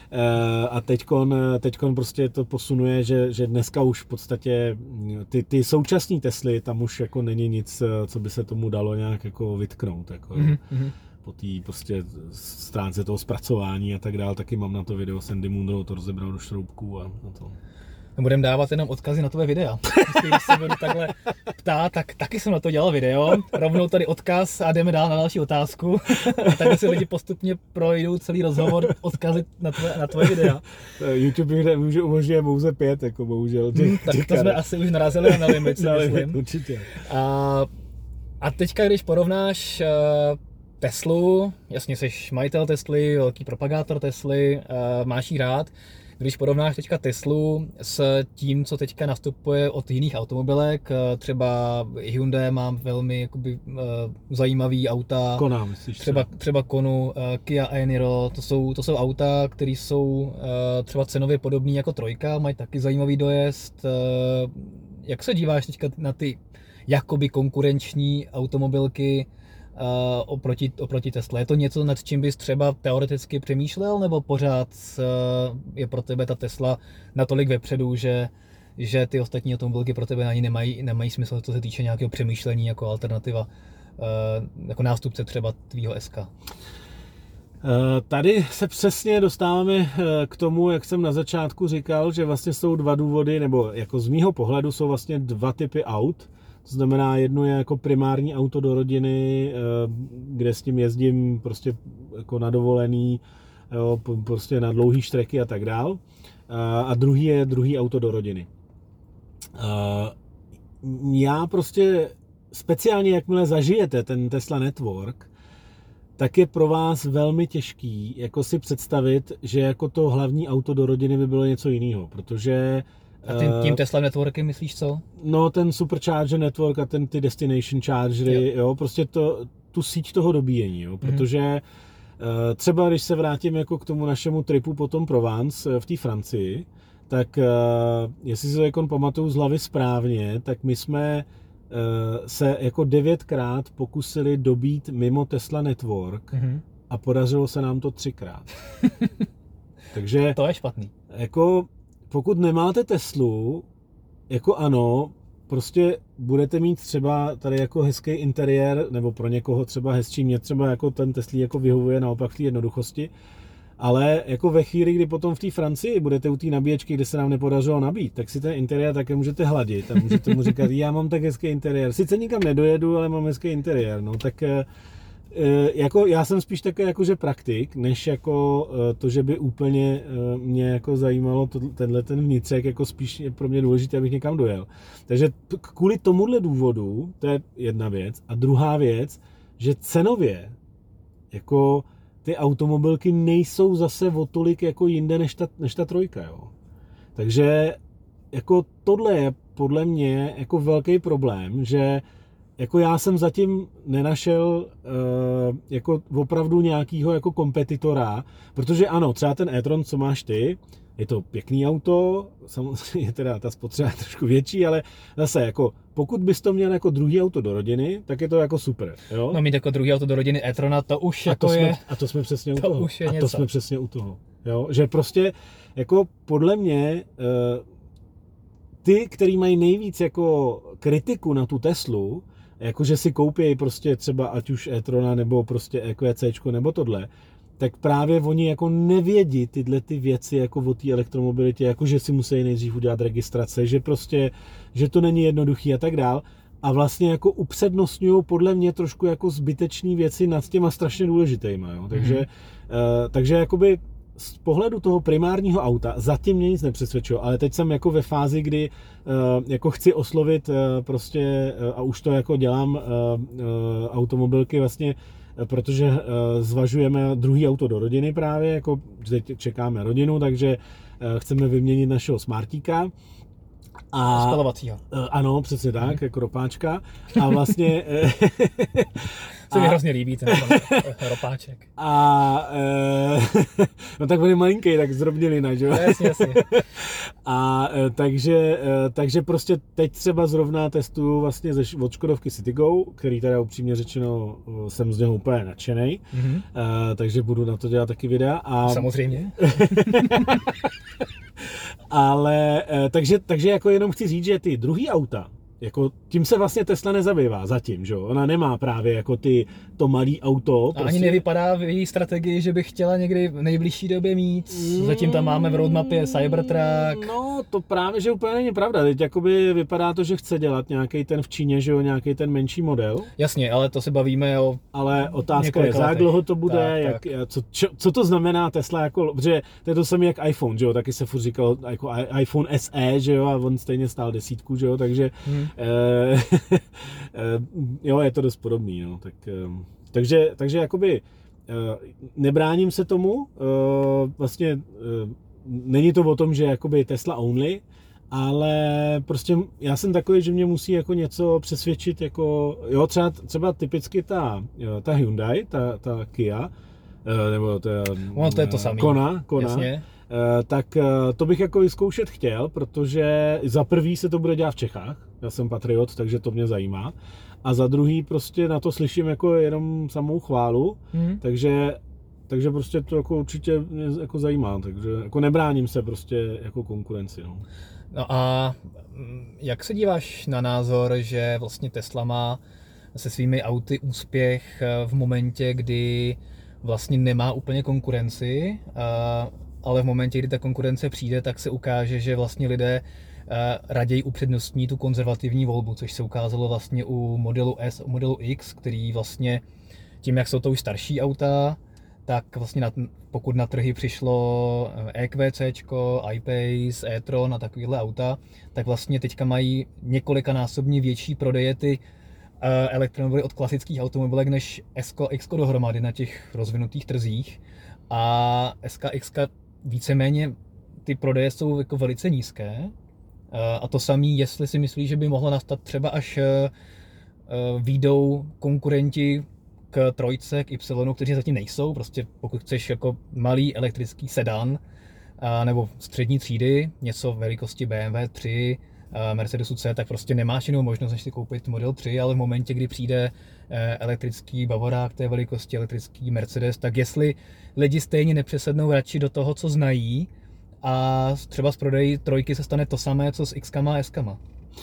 A teďkon, teďkon prostě to posunuje, že, že dneska už v podstatě ty, ty současné Tesly, tam už jako není nic, co by se tomu dalo nějak jako vytknout. Jako, mm-hmm. Po té prostě stránce toho zpracování a tak dál, taky mám na to video s Andy Munrou, to rozebral do šroubků a na to. Budeme dávat jenom odkazy na tvoje videa. Když se budu takhle ptát, tak taky jsem na to dělal video. Rovnou tady odkaz a jdeme dál na další otázku. A takhle si lidi postupně projdou celý rozhovor, odkazy na tvoje, na tvoje videa. YouTube může umožňuje pouze pět, jako bohužel. Těch, hmm, tak to jsme asi už narazili na limit, si na myslím. Limit, určitě. A, a teďka, když porovnáš uh, Teslu, jasně jsi majitel Tesly, velký propagátor Tesly, uh, máš jí rád. Když porovnáš teďka Teslu s tím, co teďka nastupuje od jiných automobilek, třeba Hyundai má velmi jakoby, uh, zajímavý auta, Kona, myslíš třeba, třeba Konu, uh, Kia e-Niro, to jsou, to jsou auta, které jsou uh, třeba cenově podobné jako trojka, mají taky zajímavý dojezd. Uh, jak se díváš teďka na ty jakoby konkurenční automobilky Uh, oproti, oproti Tesla? Je to něco, nad čím bys třeba teoreticky přemýšlel, nebo pořád uh, je pro tebe ta Tesla natolik vepředu, že, že ty ostatní automobilky pro tebe ani nemají, nemají smysl, co se týče nějakého přemýšlení jako alternativa, uh, jako nástupce třeba tvýho S K? Tady se přesně dostáváme k tomu, jak jsem na začátku říkal, že vlastně jsou dva důvody, nebo jako z mýho pohledu jsou vlastně dva typy aut. To znamená, jedno je jako primární auto do rodiny, kde s tím jezdím prostě jako na dovolený, jo, prostě na dlouhý štreky a tak dál. A druhý je druhý auto do rodiny. Já prostě speciálně, jakmile zažijete ten Tesla Network, tak je pro vás velmi těžký jako si představit, že jako to hlavní auto do rodiny by bylo něco jiného, protože a tím, tím Tesla Networkem myslíš co? No ten Supercharger Network a ten ty Destination Chargery, jo, jo prostě to, tu síť toho dobíjení, jo, protože mm. uh, třeba když se vrátím jako k tomu našemu tripu potom Provence v té Francii, tak uh, jestli si to jako pamatuju z hlavy správně, tak my jsme uh, se jako devětkrát pokusili dobít mimo Tesla Network mm. a podařilo se nám to třikrát. Takže to je špatný. Jako pokud nemáte Teslu, jako ano, prostě budete mít třeba tady jako hezký interiér, nebo pro někoho třeba hezčí, mě třeba jako ten Tesla jako vyhovuje naopak v té jednoduchosti, ale jako ve chvíli, kdy potom v té Francii budete u té nabíječky, kde se nám nepodařilo nabít, tak si ten interiér také můžete hladit a můžete mu říkat, já mám tak hezký interiér, sice nikam nedojedu, ale mám hezký interiér, no tak jako já jsem spíš takový jakože praktik, než jako to, že by úplně mě jako zajímalo to, tenhle ten vnitřek, jako spíš je pro mě důležité, abych někam dojel. Takže kvůli tomuhle důvodu, to je jedna věc. A druhá věc, že cenově jako ty automobilky nejsou zase o tolik jako jinde než ta, než ta trojka, jo. Takže jako tohle je podle mě jako velký problém, že jako já jsem zatím nenašel uh, jako opravdu nějakýho jako kompetitora, protože ano, třeba ten e-tron, co máš ty, je to pěkný auto, samozřejmě teda ta spotřeba je trošku větší, ale zase jako pokud bys to měl jako druhý auto do rodiny, tak je to jako super, jo? No mít jako druhý auto do rodiny e-trona, to už a jako to je... Jsme, a to jsme přesně u to toho. Už je a něco. to jsme přesně u toho, jo? Že prostě jako podle mě uh, ty, který mají nejvíc jako kritiku na tu Teslu, jakože si koupí prostě třeba ať už e-trona nebo prostě E Q C nebo tohle, tak právě oni jako nevědí tyhle ty věci jako o té elektromobilitě, jako že si musí nejdřív udělat registrace, že prostě, že to není jednoduchý a tak dál. A vlastně jako upřednostňují podle mě trošku jako zbytečný věci nad těma strašně důležitýma, jo. Takže, mm-hmm. uh, takže jakoby z pohledu toho primárního auta zatím mě nic nepřesvědčilo, ale teď jsem jako ve fázi, kdy uh, jako chci oslovit uh, prostě, uh, a už to jako dělám, uh, uh, automobilky vlastně, uh, protože uh, zvažujeme druhý auto do rodiny právě, jako teď čekáme rodinu, takže uh, chceme vyměnit našeho smartíka. A, spalovacího. Ano, přesně tak, hmm. jako ropáčka. A vlastně... Se mi hrozně líbí ten ropáček. A no tak on je malinký, tak zdrobnělina, že jo? Jasně, jasně. A takže, takže prostě teď třeba zrovna testuju vlastně od Škodovky Citigo, který teda upřímně řečeno jsem z něho úplně nadšenej. Mm-hmm. Takže budu na to dělat taky videa. A... Samozřejmě. Ale takže, takže jako jenom chci říct, že ty druhý auta, jako tím se vlastně Tesla nezabývá zatím, že jo? Ona nemá právě jako ty, to malý auto. A prostě... ani nevypadá v její strategii, že by chtěla někdy v nejbližší době mít. Zatím tam máme v roadmapě Cybertruck. No, to právě, že úplně není pravda. Teď jakoby vypadá to, že chce dělat nějaký ten v Číně, že jo, nějaký ten menší model. Jasně, ale to se bavíme o... Ale otázka je, za jak dlouho to bude, tak, jak, tak. Co, čo, co to znamená Tesla, jako, protože to je to samé jak iPhone, že jo, taky se furt říkal jako iPhone S E, že jo, a on stejně stál desítku, že jo, takže hmm. eh, eh, jo, je to dost podobný, no, tak, eh, takže, takže jakoby eh, nebráním se tomu, eh, vlastně eh, není to o tom, že jakoby Tesla only, ale prostě já jsem takový, že mě musí jako něco přesvědčit, jako, jo, třeba, třeba typicky ta, ta Hyundai, ta, ta Kia, nebo ta no, to je to samý. Kona, Kona tak to bych jako vyzkoušet chtěl, protože za prvý se to bude dělat v Čechách, já jsem patriot, takže to mě zajímá, a za druhý prostě na to slyším jako jenom samou chválu, hmm. takže Takže prostě to jako určitě mě jako zajímá, takže jako nebráním se prostě jako konkurenci. No. No a jak se díváš na názor, že vlastně Tesla má se svými auty úspěch v momentě, kdy vlastně nemá úplně konkurenci, ale v momentě, kdy ta konkurence přijde, tak se ukáže, že vlastně lidé raději upřednostní tu konzervativní volbu, což se ukázalo vlastně u modelu S, u modelu X, který vlastně tím, jak jsou to už starší auta, tak vlastně na, pokud na trhy přišlo E Q C, I-Pace, e-tron a takovýhle auta, tak vlastně teďka mají několikanásobně větší prodeje ty uh, elektromobily od klasických automobilek než S K X dohromady na těch rozvinutých trzích. A S K X víceméně ty prodeje jsou jako velice nízké. Uh, a to samé, jestli si myslí, že by mohlo nastat třeba až uh, uh, výjdou konkurenti k trojce, k Y, kteří zatím nejsou, prostě pokud chceš jako malý elektrický sedan a, nebo střední třídy, něco velikosti B M W tři, a Mercedesu C, tak prostě nemáš jinou možnost, než si koupit Model tři, ale v momentě, kdy přijde elektrický Bavorák té velikosti, elektrický Mercedes, tak jestli lidi stejně nepřesednou radši do toho, co znají, a třeba z prodejí trojky se stane to samé, co s X-kama a S-kama.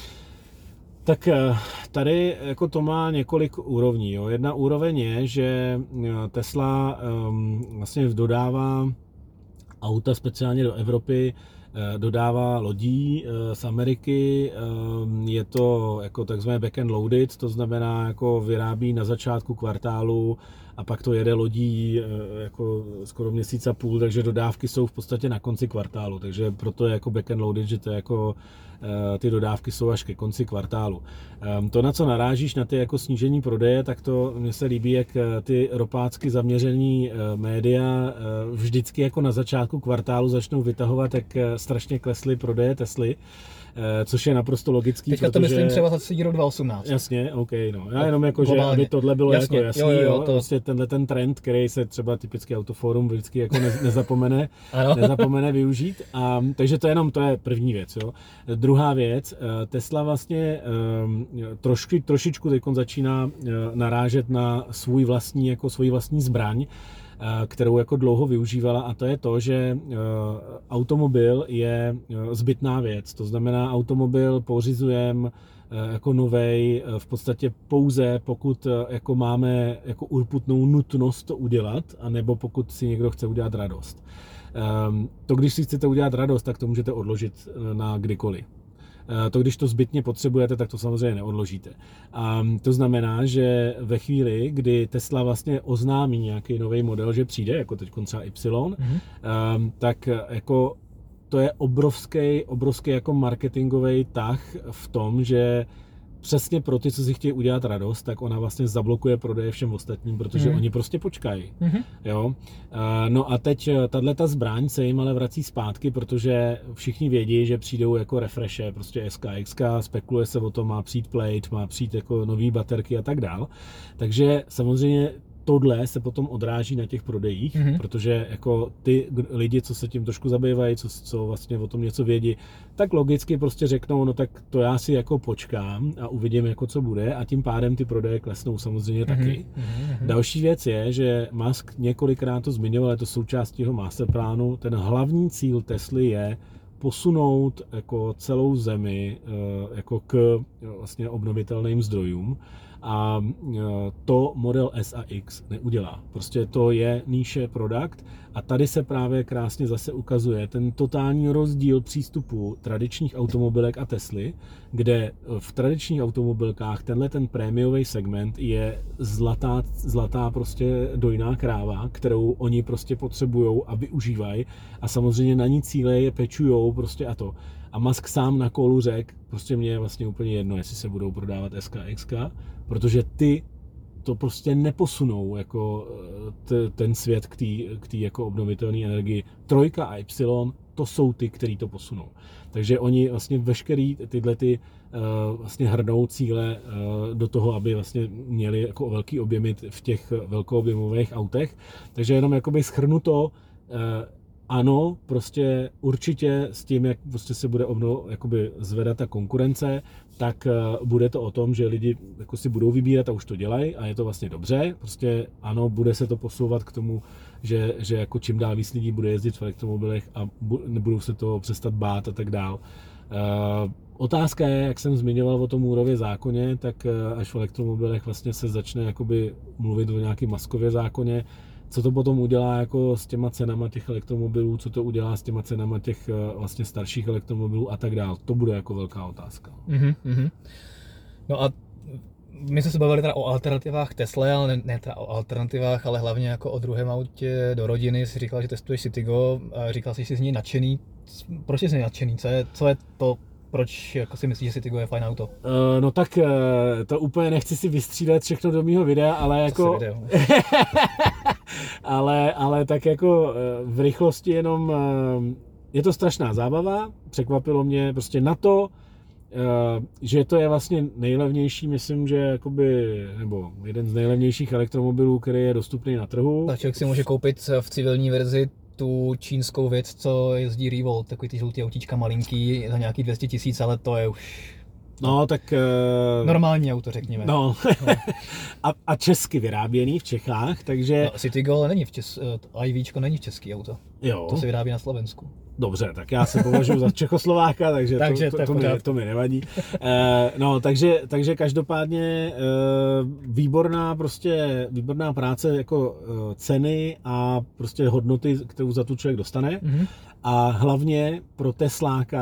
Tak tady jako to má několik úrovní. Jo. Jedna úroveň je, že Tesla um, vlastně dodává auta speciálně do Evropy, dodává lodí z Ameriky, je to jako takzvané back-end loaded, to znamená jako vyrábí na začátku kvartálu a pak to jede lodí jako skoro měsíc a půl, takže dodávky jsou v podstatě na konci kvartálu, takže proto je jako back-end loaded, že to je jako ty dodávky jsou až ke konci kvartálu. To, na co narážíš, na ty jako snížení prodeje, tak to mně se líbí, jak ty ropácky zaměřený média vždycky jako na začátku kvartálu začnou vytahovat, jak strašně klesly prodeje Tesly. Což je naprosto logický. Teďka protože... to myslím třeba za celý rok dva tisíce osmnáct. Jasně, OK, no. Já jenom jako, že aby tohle bylo jasně, jako jasný, jo, jo, jo, to... vlastně tenhle ten trend, který se třeba typicky Autoforum vždycky jako ne, nezapomene, nezapomene využít. A, takže to jenom, to je první věc, jo. Druhá věc, Tesla vlastně um, trošku, trošičku teď začíná uh, narážet na svůj vlastní, jako svůj vlastní zbraň, kterou jako dlouho využívala, a to je to, že automobil je zbytná věc. To znamená, automobil pořizujeme jako novej v podstatě pouze, pokud jako máme jako urputnou nutnost to udělat, anebo pokud si někdo chce udělat radost. To, když si chcete udělat radost, tak to můžete odložit na kdykoliv. To, když to zbytně potřebujete, tak to samozřejmě neodložíte. A to znamená, že ve chvíli, kdy Tesla vlastně oznámí nějaký nový model, že přijde, jako teď třeba Y, mm-hmm. tak jako to je obrovský, obrovský jako marketingový tah v tom, že přesně pro ty, co si chtějí udělat radost, tak ona vlastně zablokuje prodeje všem ostatním, protože mm. oni prostě počkají. Mm-hmm. Jo? No a teď tato zbraň se jim ale vrací zpátky, protože všichni vědí, že přijdou jako refreshe, prostě S K X, spekuluje se o tom, má přijít plate, má přijít jako nový baterky a tak dál. Takže samozřejmě tohle se potom odráží na těch prodejích, mm-hmm. protože jako ty lidi, co se tím trošku zabývají, co, co vlastně o tom něco vědí, tak logicky prostě řeknou, no tak to já si jako počkám a uvidím, jako co bude, a tím pádem ty prodeje klesnou samozřejmě mm-hmm. taky. Mm-hmm. Další věc je, že Musk několikrát to zmiňoval, je to součástí jeho masterplánu, ten hlavní cíl Tesly je posunout jako celou zemi jako k vlastně obnovitelným zdrojům. A to model S a X neudělá. Prostě to je niche produkt a tady se právě krásně zase ukazuje ten totální rozdíl přístupu tradičních automobilek a Tesly, kde v tradičních automobilkách tenhle ten prémiový segment je zlatá, zlatá prostě dojná kráva, kterou oni prostě potřebujou a využívají, a samozřejmě na ní cíle je pečujou prostě a to. A Musk sám na kolu řekl, prostě mě je vlastně úplně jedno, jestli se budou prodávat S K X, protože ty to prostě neposunou jako t, ten svět k té k té jako obnovitelné energii. Trojka a Y, to jsou ty, který to posunou. Takže oni vlastně veškerý tyhle ty uh, vlastně hrnou cíle uh, do toho, aby vlastně měli jako velký objemy v těch velkoobjemových autech. Takže jenom jakoby shrnuto, uh, ano, prostě určitě s tím, jak prostě se bude obno, jakoby zvedat ta konkurence, tak uh, bude to o tom, že lidi jako si budou vybírat a už to dělají a je to vlastně dobře. Prostě ano, bude se to posouvat k tomu, že, že jako čím dál víc lidí bude jezdit v elektromobilech a bu, nebudou se toho přestat bát a tak dál. Uh, otázka je, jak jsem zmiňoval o tom Moorově zákoně, tak uh, až v elektromobilech vlastně se začne jakoby mluvit o nějakém Muskově zákoně, co to potom udělá jako s těma cenama těch elektromobilů, co to udělá s těma cenama těch vlastně starších elektromobilů a tak dál. To bude jako velká otázka. Mm-hmm. No a my jsme se bavili teda o alternativách Tesla, ale ne, ne teda o alternativách, ale hlavně jako o druhém autě do rodiny. Jsi říkal, že testuješ Citigo, a říkal jsi, že jsi z něj nadšený. Proč jsi nadšený? Co je, co je to, proč jako si myslíš, že Citigo je fajn auto? Uh, no tak uh, to úplně nechci si vystřídat všechno do mýho videa, ale jako... ale, ale tak jako uh, v rychlosti jenom... Uh, je to strašná zábava, překvapilo mě prostě na to, Uh, že to je vlastně nejlevnější, myslím, že jakoby, nebo jeden z nejlevnějších elektromobilů, který je dostupný na trhu. Tak člověk si může koupit v civilní verzi tu čínskou věc, co jezdí Revolt, takový ty žlutý autíčka malinký za nějaký dvě stě tisíc, ale to je už... No, tak... Uh... Normální auto, řekněme. No. no. a, a česky vyráběný v Čechách, takže... No, Citigo ale není v Čes... IVčko není v český auto. Jo. To se vyrábí na Slovensku. Dobře, tak já se považuji za Čechoslováka, takže, takže to, to, to, mi, to mi nevadí. E, no, takže, takže každopádně e, výborná prostě, výborná práce jako e, ceny a prostě hodnoty, kterou za tu člověk dostane. Mm-hmm. A hlavně pro Tesláka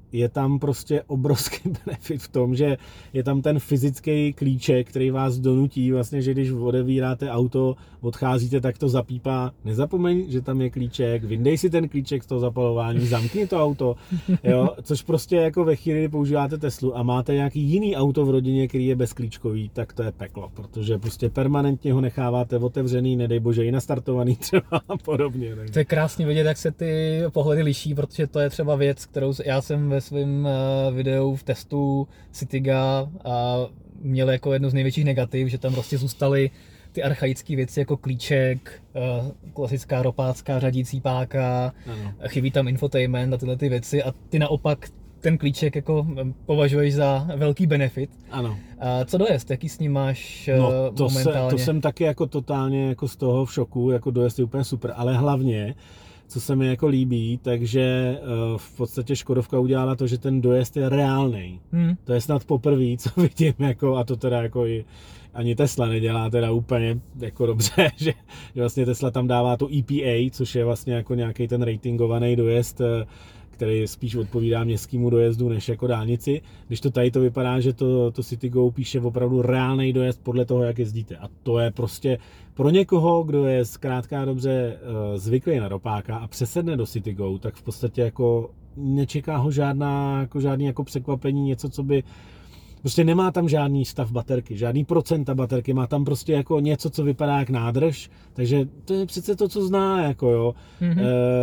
je tam prostě obrovský benefit v tom, že je tam ten fyzický klíček, který vás donutí vlastně, že když odevíráte auto, odcházíte, tak to zapípá. Nezapomeň, že tam je klíček, vyndej si ten klíček z toho zapalování, zamkni to auto, jo, což prostě jako ve chvíli, kdy používáte Teslu a máte nějaký jiný auto v rodině, který je bezklíčkový, tak to je peklo, protože prostě permanentně ho necháváte otevřený, nedej bože i nastartovaný třeba a podobně. Takže. To je krásně vidět, jak se ty pohledy liší, protože to je třeba věc, kterou já jsem ve svém videu v testu Citiga měl jako jednu z největších negativ, že tam prostě zůstaly ty archaické věci jako klíček, klasická ropácká řadící páka, ano. Chybí tam infotainment a tyhle ty věci a ty naopak ten klíček jako považuješ za velký benefit. Ano. A co dojezd, jaký s ním máš no, to momentálně? Se, to jsem taky jako totálně jako z toho v šoku, jako dojezd je úplně super, ale hlavně co se mi jako líbí, takže v podstatě Škodovka udělala to, že ten dojezd je reálnej. Hmm. To je snad poprvé, co vidím, jako, a to teda jako i ani Tesla nedělá teda úplně jako dobře, že, že vlastně Tesla tam dává to E P A, což je vlastně jako nějaký ten ratingovaný dojezd, který spíš odpovídá městskému dojezdu než jako dálnici. Když to tady to vypadá, že to, to CityGo píše opravdu reálný dojezd podle toho, jak jezdíte. A to je prostě pro někoho, kdo je zkrátka dobře zvyklý na ropáka a přesedne do CityGo, tak v podstatě jako nečeká ho žádná, jako žádný jako překvapení, něco, co by prostě nemá tam žádný stav baterky, žádný procenta baterky, má tam prostě jako něco, co vypadá jak nádrž, takže to je přece to, co zná, jako jo. Mm-hmm.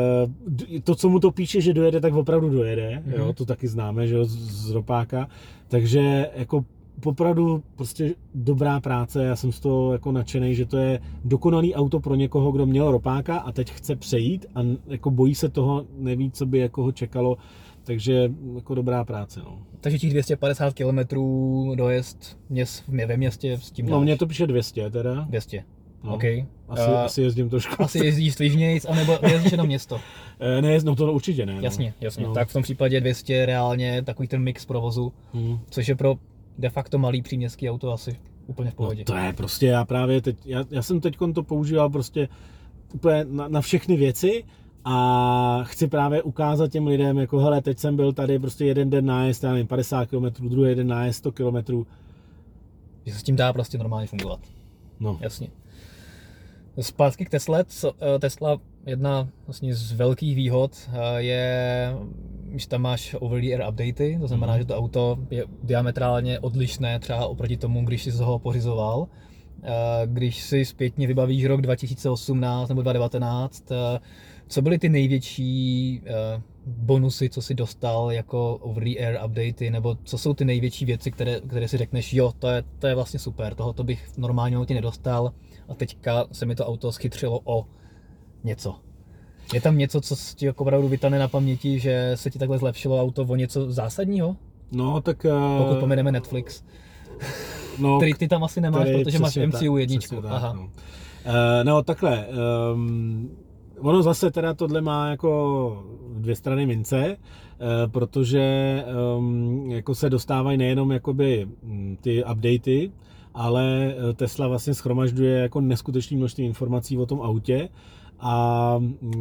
E, to, co mu to píše, že dojede, tak opravdu dojede, mm-hmm. jo, to taky známe, že jo, z, z ropáka, takže jako opravdu prostě dobrá práce, já jsem z toho jako nadšenej, že to je dokonalý auto pro někoho, kdo měl ropáka a teď chce přejít a jako bojí se toho, neví, co by jako ho čekalo. Takže jako dobrá práce, no. Takže těch dvě stě padesát kilometrů dojezd měst, ve městě s tím dáš? No mně to píše dvě stě teda. dvě stě, no. OK. Asi, uh, asi jezdím trošku. Asi jezdíš svižnějc, anebo jezdíš jenom město? ne, no to určitě ne. No. Jasně, jasně. No. Tak v tom případě dvě stě reálně takový ten mix provozu, hmm. což je pro de facto malý příměstský auto asi úplně v pohodě. No to je prostě, já právě teď, já, já jsem teď to používal prostě úplně na, na všechny věci, a chci právě ukázat těm lidem, jako hele, teď jsem byl tady prostě jeden den nájezd, já nevím, padesát kilometrů, druhý den nájezd sto kilometrů. Že se s tím dá prostě normálně fungovat. No. Jasně. Zpátky k Tesle. Tesla, jedna vlastně z velkých výhod je, že tam máš over-the-air updaty, to znamená, mm. že to auto je diametrálně odlišné třeba oproti tomu, když jsi ho pořizoval. Když si zpětně vybavíš rok dva tisíce osmnáct nebo dva tisíce devatenáct, co byly ty největší bonusy, co si dostal jako over-the-air updaty, nebo co jsou ty největší věci, které, které si řekneš, jo, to je, to je vlastně super, tohoto bych v normálním autě nedostal a teďka se mi to auto schytřilo o něco. Je tam něco, co ti jako opravdu vytane na paměti, že se ti takhle zlepšilo auto o něco zásadního? No, tak... Uh... Pokud pomeneme Netflix. No, který ty tam asi nemáš, protože máš M C U jedna. Tak, Aha. No. Uh, no takhle, um, ono zase teda tohle má jako dvě strany mince, uh, protože um, jako se dostávají nejenom jakoby ty updaty, ale Tesla vlastně shromažďuje jako neskutečné množství informací o tom autě a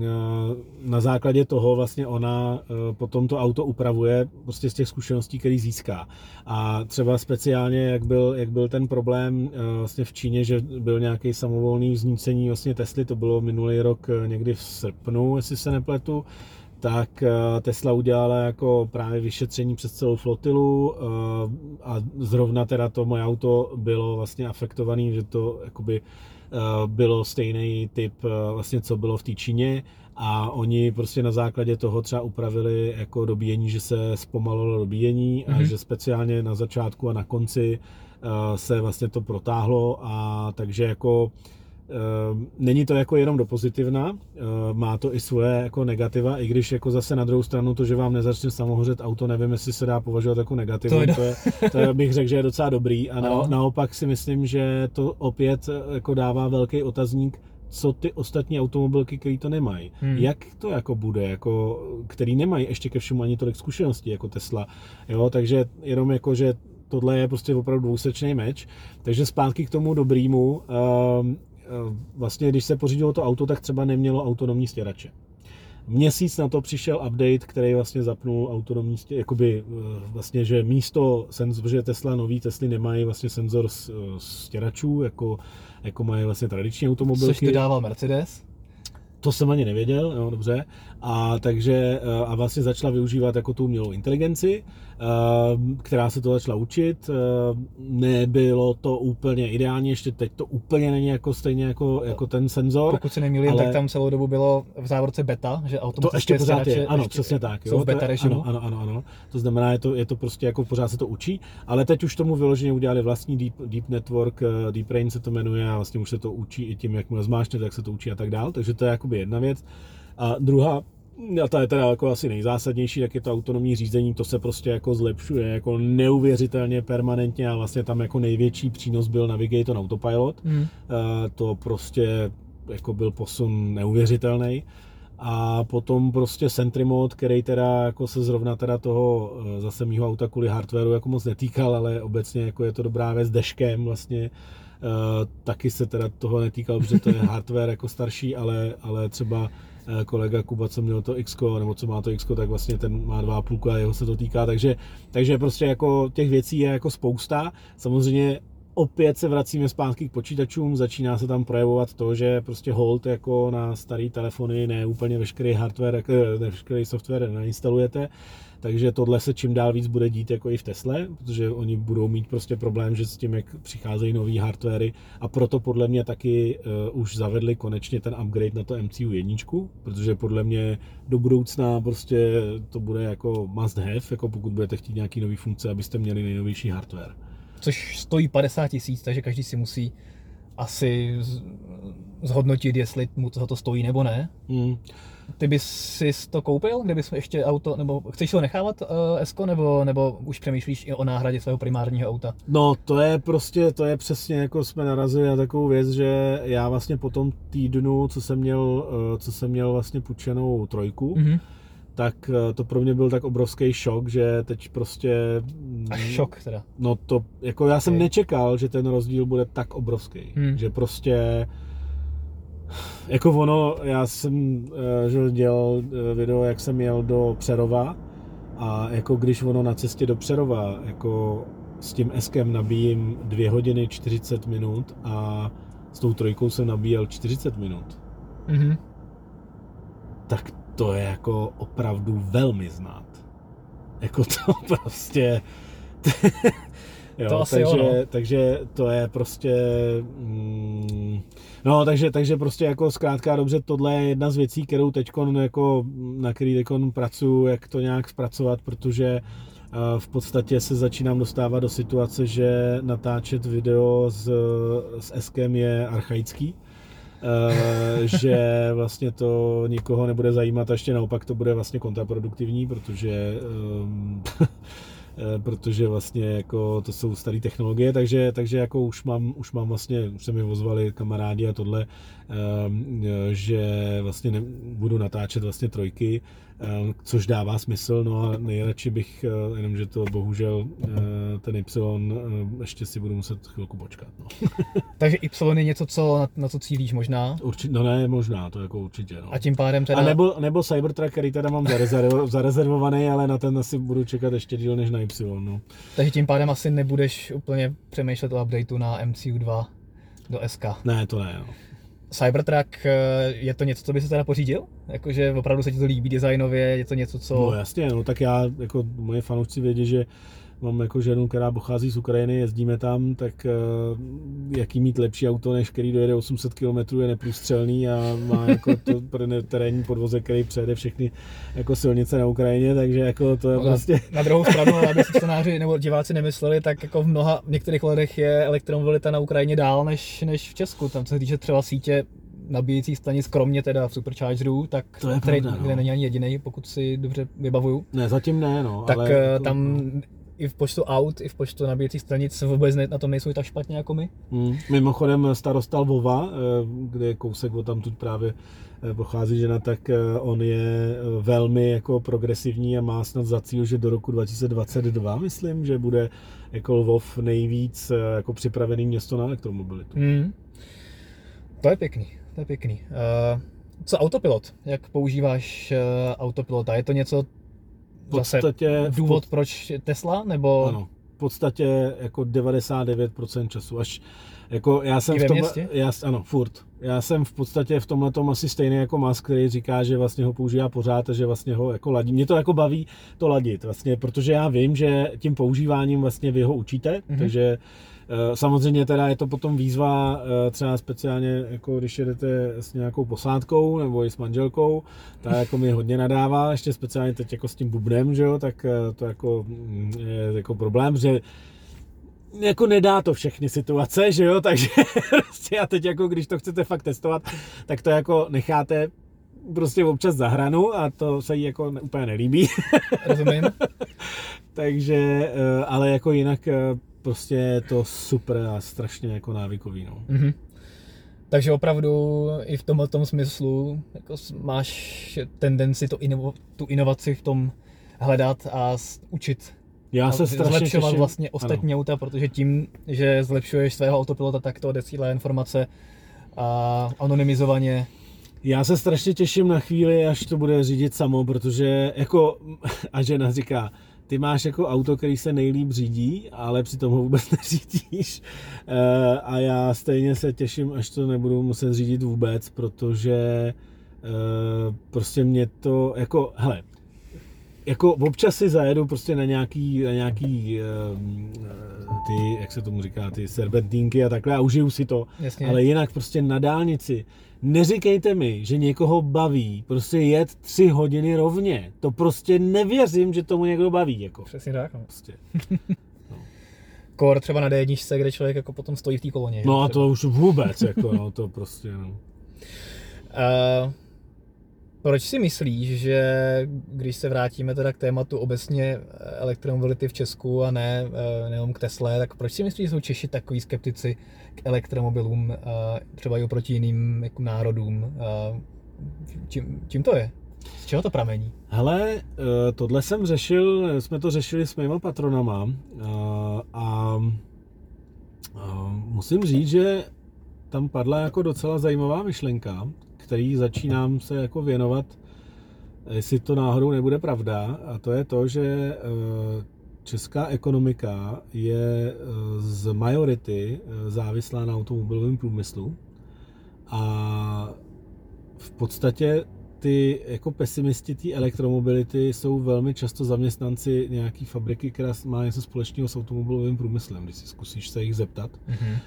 na základě toho vlastně ona potom to auto upravuje prostě z těch zkušeností, který získá. A třeba speciálně, jak byl, jak byl ten problém vlastně v Číně, že byl nějaký samovolný vznícení vlastně Tesly, to bylo minulý rok někdy v srpnu, jestli se nepletu, tak Tesla udělala jako právě vyšetření přes celou flotilu a zrovna teda to moje auto bylo vlastně afektovaný, že to jakoby bylo stejný typ vlastně, co bylo v té Číně a oni prostě na základě toho třeba upravili jako dobíjení, že se zpomalilo dobíjení mm-hmm. a že speciálně na začátku a na konci se vlastně to protáhlo a takže jako není to jako jenom do pozitivna, má to i svoje jako negativa, i když jako zase na druhou stranu to, že vám nezačne samohořet auto, nevím, jestli se dá považovat jako negativum, to, je, to, je, to je, bych řekl, že je docela dobrý a na, naopak si myslím, že to opět jako dává velký otazník, co ty ostatní automobilky, který to nemají. Hmm. Jak to jako bude, jako, který nemají ještě ke všemu ani tolik zkušeností jako Tesla, jo, takže jenom jako, že tohle je prostě opravdu dvousečný meč, takže zpátky k tomu dobrýmu, um, vlastně když se pořídilo to auto, tak třeba nemělo autonomní stěrače. Měsíc na to přišel update, který vlastně zapnul autonomní, jakoby vlastně, že místo senzor, že Tesla, nový Tesly nemají vlastně senzor stěračů, jako, jako mají vlastně tradiční automobilky. Což dodával Mercedes? To jsem ani nevěděl, no dobře. A takže a vlastně začala využívat jako tu umělou inteligenci, která se to začala učit. Nebylo to úplně ideální, ještě teď to úplně není jako stejně jako, jako ten senzor. Pokud se nemýlím, ale... tak tam celou dobu bylo v závorce beta, že automatické to ještě pořád je, ano, ještě přesně tak. Jo, jsou v beta režimu. Ano, ano, ano, ano. To znamená, je to, je to prostě jako pořád se to učí, ale teď už tomu vyloženě udělali vlastní deep, deep network, Deep Brain se to jmenuje a vlastně už se to učí i tím, jak mu zmáčkne, tak se to učí a tak dál, takže to je jakoby jedna věc. A druhá, a ta je teda jako asi nejzásadnější, tak je to autonomní řízení, to se prostě jako zlepšuje jako neuvěřitelně permanentně a vlastně tam jako největší přínos byl Navigate on Autopilot. Hmm. To prostě jako byl posun neuvěřitelný. A potom prostě Sentry Mode, který teda jako se zrovna teda toho zase mýho auta kvůli hardwareu jako moc netýkal, ale obecně jako je to dobrá věc s deškem vlastně. Uh, taky se teda toho netýkal, protože to je hardware jako starší, ale, ale třeba uh, kolega Kuba, co měl to X, nebo co má to X, tak vlastně ten má dva a půl a jeho se to týká, takže, takže prostě jako těch věcí je jako spousta. Samozřejmě opět se vracíme zpátky k počítačům, začíná se tam projevovat to, že prostě hold jako na starý telefony ne úplně veškerý hardware, ne veškerý software nainstalujete, takže tohle se čím dál víc bude dít jako i v Tesle, protože oni budou mít prostě problém, že s tím, jak přicházejí nový hardwary a proto podle mě taky uh, už zavedli konečně ten upgrade na to M C U jedna, protože podle mě do budoucna prostě to bude jako must have, jako pokud budete chtít nějaký nový funkce, abyste měli nejnovější hardware. Což stojí padesát tisíc, takže každý si musí asi zhodnotit, jestli mu to za to stojí nebo ne. Mm. Ty bys si to koupil, kdybys ještě auto, nebo chceš ho nechávat uh, S-ko, nebo, nebo už přemýšlíš i o náhradě svého primárního auta? No to je prostě, to je přesně jako jsme narazili na takovou věc, že já vlastně po tom týdnu, co jsem měl, uh, co jsem měl vlastně půjčenou trojku, mm-hmm. tak to pro mě byl tak obrovský šok, že teď prostě... Až šok teda. No to, jako já jsem okay. nečekal, že ten rozdíl bude tak obrovský, hmm. že prostě... Jako ono, já jsem že dělal video, jak jsem jel do Přerova a jako když ono na cestě do Přerova, jako s tím S-kem nabíjím dvě hodiny čtyřicet minut a s tou trojkou jsem nabíjel čtyřicet minut. Mm-hmm. Tak to je jako opravdu velmi znát. Jako to prostě... jo, to asi takže, jo, no. takže to je prostě... Mm, no, takže, takže prostě jako zkrátka dobře, tohle je jedna z věcí, kterou teďkon jako, na který teďkon pracuji, jak to nějak zpracovat, protože uh, v podstatě se začínám dostávat do situace, že natáčet video s, s S-kem je archaický. Uh, že vlastně to nikoho nebude zajímat a ještě naopak to bude vlastně kontraproduktivní, protože um, protože vlastně jako to jsou staré technologie, takže, takže jako už mám, už mám vlastně, už se mi ozvali kamarádi a tohle, um, že vlastně ne, budu natáčet vlastně trojky, um, což dává smysl, no a nejradši bych, uh, jenomže to bohužel uh, ten Y uh, ještě si budu muset chvilku počkat. No. Takže Y je něco, co, na, na co cílíš možná? Určitě, no ne, možná, to jako určitě. No. A tím pádem teda... A nebo, nebo Cybertruck, který teda mám zarezervo, zarezervovaný, ale na ten asi budu čekat ještě díl než na Y. No. Takže tím pádem asi nebudeš úplně přemýšlet o updateu na M C U dva do S K. Ne, to ne, no. Cybertruck, je to něco, co by se teda pořídil? Jakože opravdu se ti to líbí designově, je to něco, co... No jasně, no tak já, jako moje fanoušci vědí, že mám jako ženu, která pochází z Ukrajiny, jezdíme tam, tak uh, jaký mít lepší auto, než který dojede osm set kilometrů, je neprůstřelný a má jako to terénní podvozek, který přejede všechny jako silnice na Ukrajině, takže jako to je vlastně... Na, na druhou stranu, aby si čtenáři nebo diváci nemysleli, tak jako v mnoha, v některých letech je elektromobilita na Ukrajině dál než, než v Česku. Tam se týče třeba sítě nabíjecí stanic, kromě teda superchargerů, tak to je který, pravda, kde no. není ani jedinej, pokud si dobře vybavuju. Ne, zatím ne, no. Tak ale jako, tam no. i v počtu aut, i v počtu nabíjecích stanic vůbec na tom nejsou tak špatně jako my. Hmm. Mimochodem starosta Lvova, kde je kousek od tam tuď právě pochází žena, tak on je velmi jako progresivní a má snad za cíl, že do roku dva tisíce dvacet dva, myslím, že bude jako Lvov nejvíc jako připravený město na elektromobilitu. Hmm. To je pěkný, to je pěkný. Uh, Co autopilot? Jak používáš uh, autopilota? Je to něco, V podstatě, zase důvod, proč Tesla, nebo? Ano, v podstatě jako devadesát devět procent času, až jako já jsem I ve v tomhle, městě? já, ano, furt. Já jsem v podstatě v tomhletom asi stejný jako Musk, který říká, že vlastně ho používá pořád a že vlastně ho jako ladí. Mě to jako baví to ladit vlastně, protože já vím, že tím používáním vlastně vy ho učíte, mm-hmm. takže samozřejmě teda je to potom výzva třeba speciálně, jako když jedete s nějakou posádkou nebo i s manželkou, ta jako mi hodně nadává, ještě speciálně teď jako s tím bubnem, že jo, tak to jako je jako problém, že jako nedá to všechny situace, že jo, takže prostě a teď jako když to chcete fakt testovat, tak to jako necháte prostě občas za hranu a to se jí jako úplně nelíbí. Rozumím. Takže, ale jako jinak prostě je to super a strašně jako návykový, no. Mm-hmm. Takže opravdu i v tomhle tom smyslu jako máš tendenci to inovo, tu inovaci v tom hledat a učit. Já se strašně zlepšovat těším. vlastně ostatní ano. auta, protože tím, že zlepšuješ svého autopilota, tak to odesílá informace a anonymizovaně. Já se strašně těším na chvíli, až to bude řídit samo, protože jako, a žena říká, ty máš jako auto, který se nejlíp řídí, ale přitom ho vůbec neřídíš. E, a já stejně se těším, až to nebudu muset řídit vůbec, protože e, prostě mě to, jako, hele, jako občas si zajedu prostě na nějaký, na nějaký ty, jak se tomu říká, ty serpentínky a takhle a užiju si to. Jasně. Ale jinak prostě na dálnici neříkejte mi, že někoho baví prostě jet tři hodiny rovně. To prostě nevěřím, že tomu někdo baví. Jako. Přesně tak. No. Prostě. No. Kor třeba na D jedna, kde člověk jako potom stojí v té koloně. No a třeba. to už vůbec, jako no, to prostě, no. Uh, proč si myslíš, že když se vrátíme teda k tématu obecně elektromobility v Česku a ne nejenom k Tesle, tak proč si myslíš, že jsou Češi takový skeptici k elektromobilům, třeba i oproti jiným jako národům? Čím, čím to je? Z čeho to pramení? Hele, tohle jsem řešil, jsme to řešili s mýma patronama a, a musím říct, že tam padla jako docela zajímavá myšlenka, který začínám se jako věnovat, jestli to náhodou nebude pravda, a to je to, že česká ekonomika je z majority závislá na automobilovém průmyslu a v podstatě ty jako pesimisti té elektromobility jsou velmi často zaměstnanci nějaký fabriky, která má něco společného s automobilovým průmyslem, když si zkusíš se jich zeptat. Mm-hmm.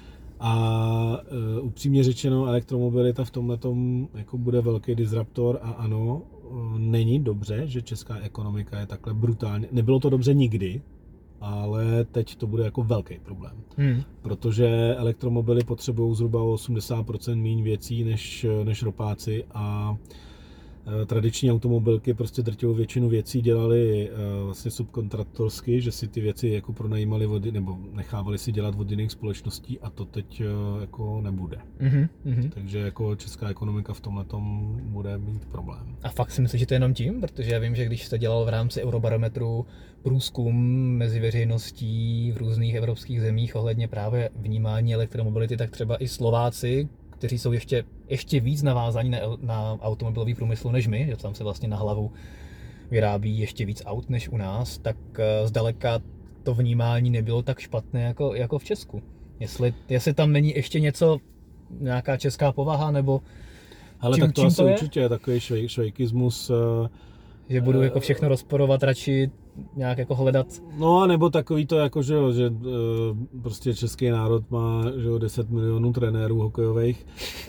A uh, upřímně řečeno, elektromobilita v tomhletom jako bude velký disruptor a ano, uh, není dobře, že česká ekonomika je takhle brutálně, nebylo to dobře nikdy, ale teď to bude jako velký problém. Hmm. Protože elektromobily potřebují zhruba osmdesát procent méně věcí než, než ropáci a tradiční automobilky prostě drtivou většinu věcí dělali uh, vlastně subkontraktorsky, že si ty věci jako pronajímali vody, nebo nechávali si dělat od jiných společností a to teď uh, jako nebude. Mm-hmm. Takže jako česká ekonomika v tomhletom bude mít problém. A fakt si myslíš, že to je jenom tím? Protože já vím, že když jste dělal v rámci Eurobarometru průzkum mezi veřejností v různých evropských zemích ohledně právě vnímání elektromobility, tak třeba i Slováci, kteří jsou ještě, ještě víc navázaní na, na automobilový průmysl než my, že tam se vlastně na hlavu vyrábí ještě víc aut než u nás, tak zdaleka to vnímání nebylo tak špatné jako, jako v Česku. Jestli, jestli tam není ještě něco, nějaká česká povaha, nebo ale čím, tak to čím asi to je? Určitě je takový švej, švejkismus. Že budu jako všechno rozporovat, radši nějak jako hledat. No a nebo takový to jako, že, jo, že prostě český národ má že jo, deset milionů trenérů hokejových,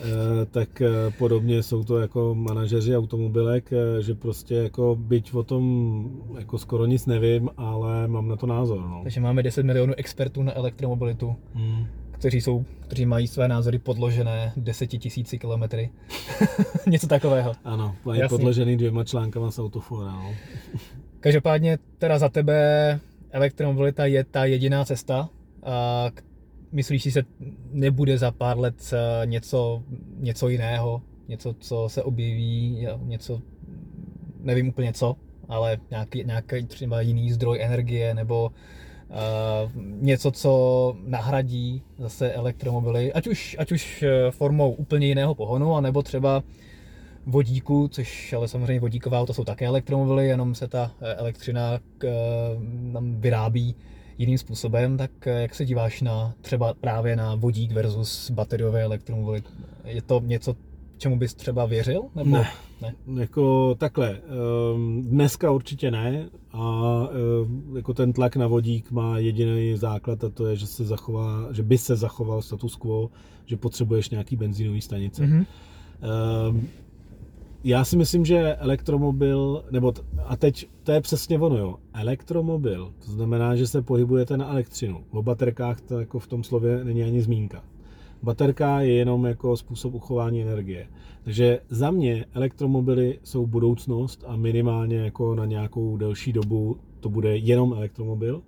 tak podobně jsou to jako manažeři automobilek, že prostě jako byť o tom jako skoro nic nevím, ale mám na to názor. No. Takže máme deset milionů expertů na elektromobilitu, hmm. kteří, jsou, kteří mají své názory podložené desetitisíci kilometry. Něco takového. Ano, mají Jasný. podložený dvěma článkama z Autofora. No. Každopádně teda za tebe elektromobilita je ta jediná cesta. A myslíš si, že nebude za pár let něco, něco jiného, něco, co se objeví, něco, nevím úplně co, ale nějaký, nějaký třeba jiný zdroj energie nebo uh, něco, co nahradí zase elektromobily, ať už, ať už formou úplně jiného pohonu, anebo třeba vodíku, což ale samozřejmě vodíková auta jsou také elektromobily, jenom se ta elektřina k, nám vyrábí jiným způsobem, tak jak se díváš na třeba právě na vodík versus bateriové elektromobily? Je to něco, čemu bys třeba věřil? Nebo ne. ne? Jako takhle, dneska určitě ne a jako ten tlak na vodík má jediný základ a to je, že se zachová, že by se zachoval status quo, že potřebuješ nějaký benzínový stanice. Mm-hmm. Já si myslím, že elektromobil, nebo t- a teď to je přesně ono, jo, elektromobil, to znamená, že se pohybujete na elektřinu. O baterkách to jako v tom slově není ani zmínka. Baterka je jenom jako způsob uchování energie. Takže za mě elektromobily jsou budoucnost a minimálně jako na nějakou delší dobu to bude jenom elektromobil.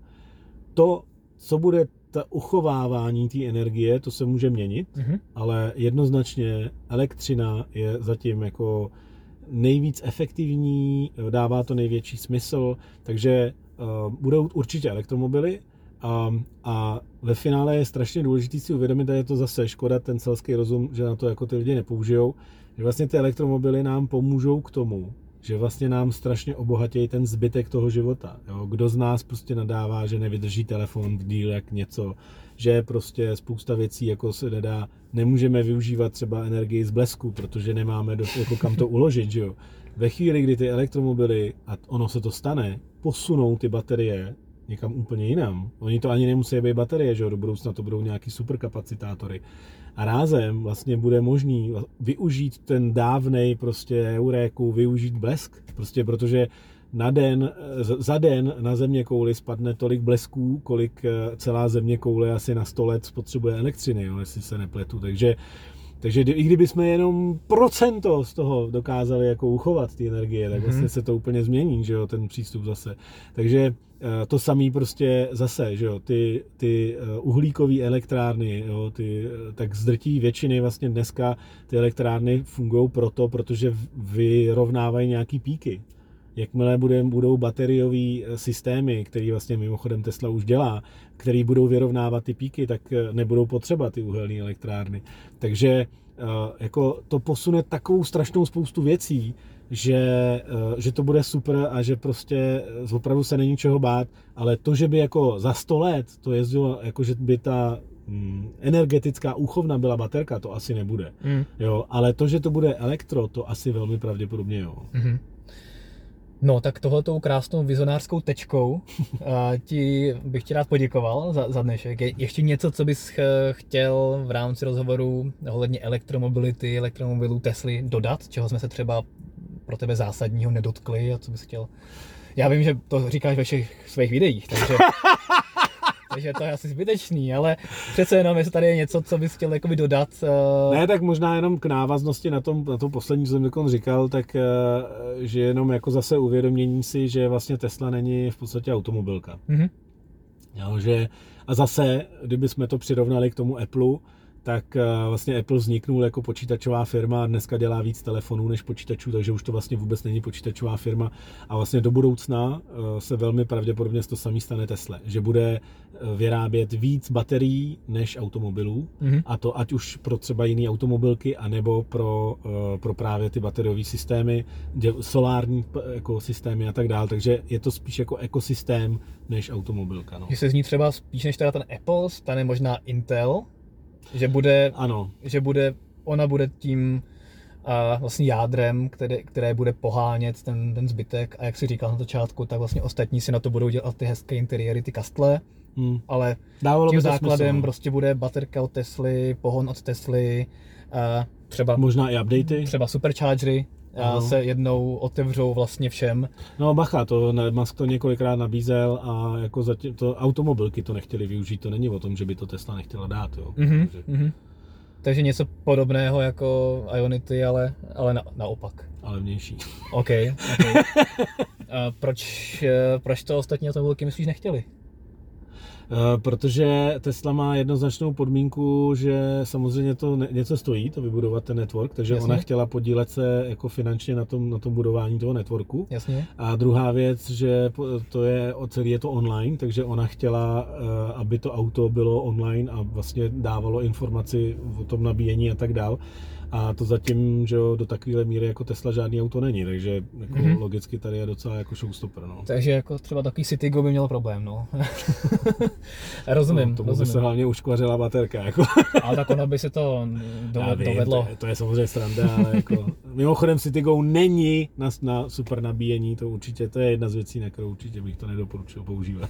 To, co bude ta uchovávání té energie, to se může měnit, mm-hmm. ale jednoznačně elektřina je zatím jako nejvíc efektivní, dává to největší smysl, takže uh, budou určitě elektromobily a, a ve finále je strašně důležité si uvědomit, a je to zase škoda ten selský rozum, že na to jako ty lidi nepoužijou, že vlastně ty elektromobily nám pomůžou k tomu, že vlastně nám strašně obohatějí ten zbytek toho života. Jo? Kdo z nás prostě nadává, že nevydrží telefon v díl jak něco, že prostě spousta věcí jako se nedá, nemůžeme využívat třeba energii z blesku, protože nemáme dost jako kam to uložit, že jo. Ve chvíli, kdy ty elektromobily, a ono se to stane, posunou ty baterie někam úplně jinam. Oni to ani nemusí být baterie, že jo, do budoucna to budou nějaký superkapacitátory. A rázem vlastně bude možný využít ten dávnej prostě euréku, využít blesk, prostě protože na den, za den na zeměkouli spadne tolik blesků, kolik celá zeměkoule asi na sto let spotřebuje elektřiny, jo, jestli se nepletu. Takže, takže i kdybychom jenom procento z toho dokázali jako uchovat ty energie, tak vlastně se to úplně změní, že jo, ten přístup zase. Takže to samé prostě zase, že jo, ty, ty uhlíkové elektrárny, jo, ty, tak z drtí většiny vlastně dneska ty elektrárny fungují proto, protože vyrovnávají nějaký píky. Jakmile bude, budou bateriové systémy, které vlastně mimochodem Tesla už dělá, které budou vyrovnávat ty píky, tak nebudou potřeba ty uhelné elektrárny. Takže jako to posune takovou strašnou spoustu věcí, že, že to bude super a že prostě opravdu se není čeho bát, ale to, že by jako za sto let to jezdilo, jako že by ta energetická úchovna byla baterka, to asi nebude. Mm. Jo, ale to, že to bude elektro, to asi velmi pravděpodobně jo. Mm-hmm. No, tak tohletou krásnou vizionářskou tečkou ti bych ti rád poděkoval za, za dnešek. Je ještě něco, co bys chtěl v rámci rozhovoru ohledně elektromobility, elektromobilů Tesly dodat, čeho jsme se třeba pro tebe zásadního nedotkli a co bys chtěl? Já vím, že to říkáš ve všech svých videích, takže, takže to je asi zbytečný, ale přece jenom, jestli tady je něco, co bys chtěl jakoby dodat. Uh... Ne, tak možná jenom k návaznosti na tom, na tom poslední, co jsem dokonce říkal, tak uh, že jenom jako zase uvědomění si, že vlastně Tesla není v podstatě automobilka. Mm-hmm. Jo, že, a zase, kdybychom to přirovnali k tomu Appleu, tak vlastně Apple vzniknul jako počítačová firma a dneska dělá víc telefonů než počítačů, takže už to vlastně vůbec není počítačová firma a vlastně do budoucna se velmi pravděpodobně to samý stane Tesla, že bude vyrábět víc baterií než automobilů, mm-hmm. a to ať už pro třeba jiné automobilky, anebo pro, pro právě ty bateriové systémy, solární jako systémy a tak dále, takže je to spíš jako ekosystém než automobilka. No. Že se z ní třeba spíš než teda ten Apple stane možná Intel, že bude, ano. že bude, ona bude tím uh, vlastně jádrem, které, které bude pohánět ten, ten zbytek a jak si říkal na začátku, tak vlastně ostatní si na to budou dělat ty hezké interiéry, ty kastle, hmm. ale Dávalo tím základem smysl. Prostě bude baterka od Tesly, pohon od Tesly, uh, třeba možná i updaty, třeba superchargery. A se jednou otevřou vlastně všem. No bacha, to Musk to několikrát nabízel a jako zatím to automobilky to nechtěli využít, to není o tom, že by to Tesla nechtěla dát, jo. Mm-hmm, Takže... Mm-hmm. Takže něco podobného jako Ionity, ale, ale na, naopak. Ale vnější. OK. okay. A proč, proč to ostatní automobilky myslíš nechtěli? Protože Tesla má jednoznačnou podmínku, že samozřejmě to něco stojí, to vybudovat ten network, takže Jasně. ona chtěla podílet se jako finančně na tom, na tom budování toho networku. Jasně. A druhá věc, že to je, celý je to online, takže ona chtěla, aby to auto bylo online a vlastně dávalo informaci o tom nabíjení a tak dál. A to zatím, že jo, do takové míry jako Tesla žádný auto není, takže jako mm-hmm. logicky tady je docela jako showstopper, no. Takže jako třeba takový Citigo by měl problém, no. Rozumím, no, tomu rozumím. by se hlavně uškvařila baterka, jako. Ale tak ono by se to do, vím, dovedlo. To je, to je samozřejmě sranda, ale jako mimochodem Citigo není na, na super nabíjení, to určitě, to je jedna z věcí, na kterou určitě bych to nedoporučil používat.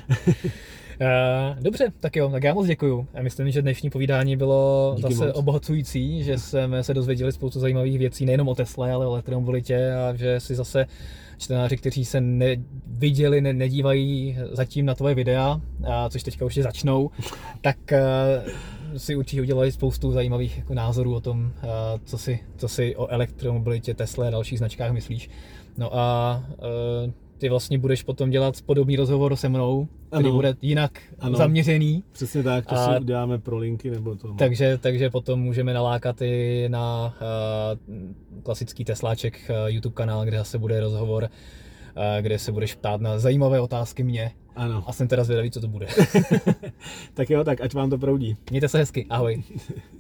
Dobře, tak jo, tak já moc děkuju. Já myslím, že dnešní povídání bylo Díky zase moc. Obohacující, že jsme se dozvěděli spoustu zajímavých věcí, nejenom o Tesle, ale o elektromobilitě a že si zase čtenáři, kteří se neviděli, ne, nedívají zatím na tvoje videa, a což teďka už začnou, tak uh, si určitě udělali spoustu zajímavých jako názorů o tom, uh, co, si, co si o elektromobilitě Tesla a dalších značkách myslíš. No a uh, ty vlastně budeš potom dělat podobný rozhovor se mnou, který ano. bude jinak ano. zaměřený. Přesně tak, to a, si uděláme pro linky nebo to. Takže, takže potom můžeme nalákat i na uh, klasický Tesláček uh, YouTube kanál, kde zase bude rozhovor, uh, kde se budeš ptát na zajímavé otázky mě. Ano. A jsem teda zvědavý, co to bude. Tak jo, tak ať vám to proudí. Mějte se hezky, ahoj.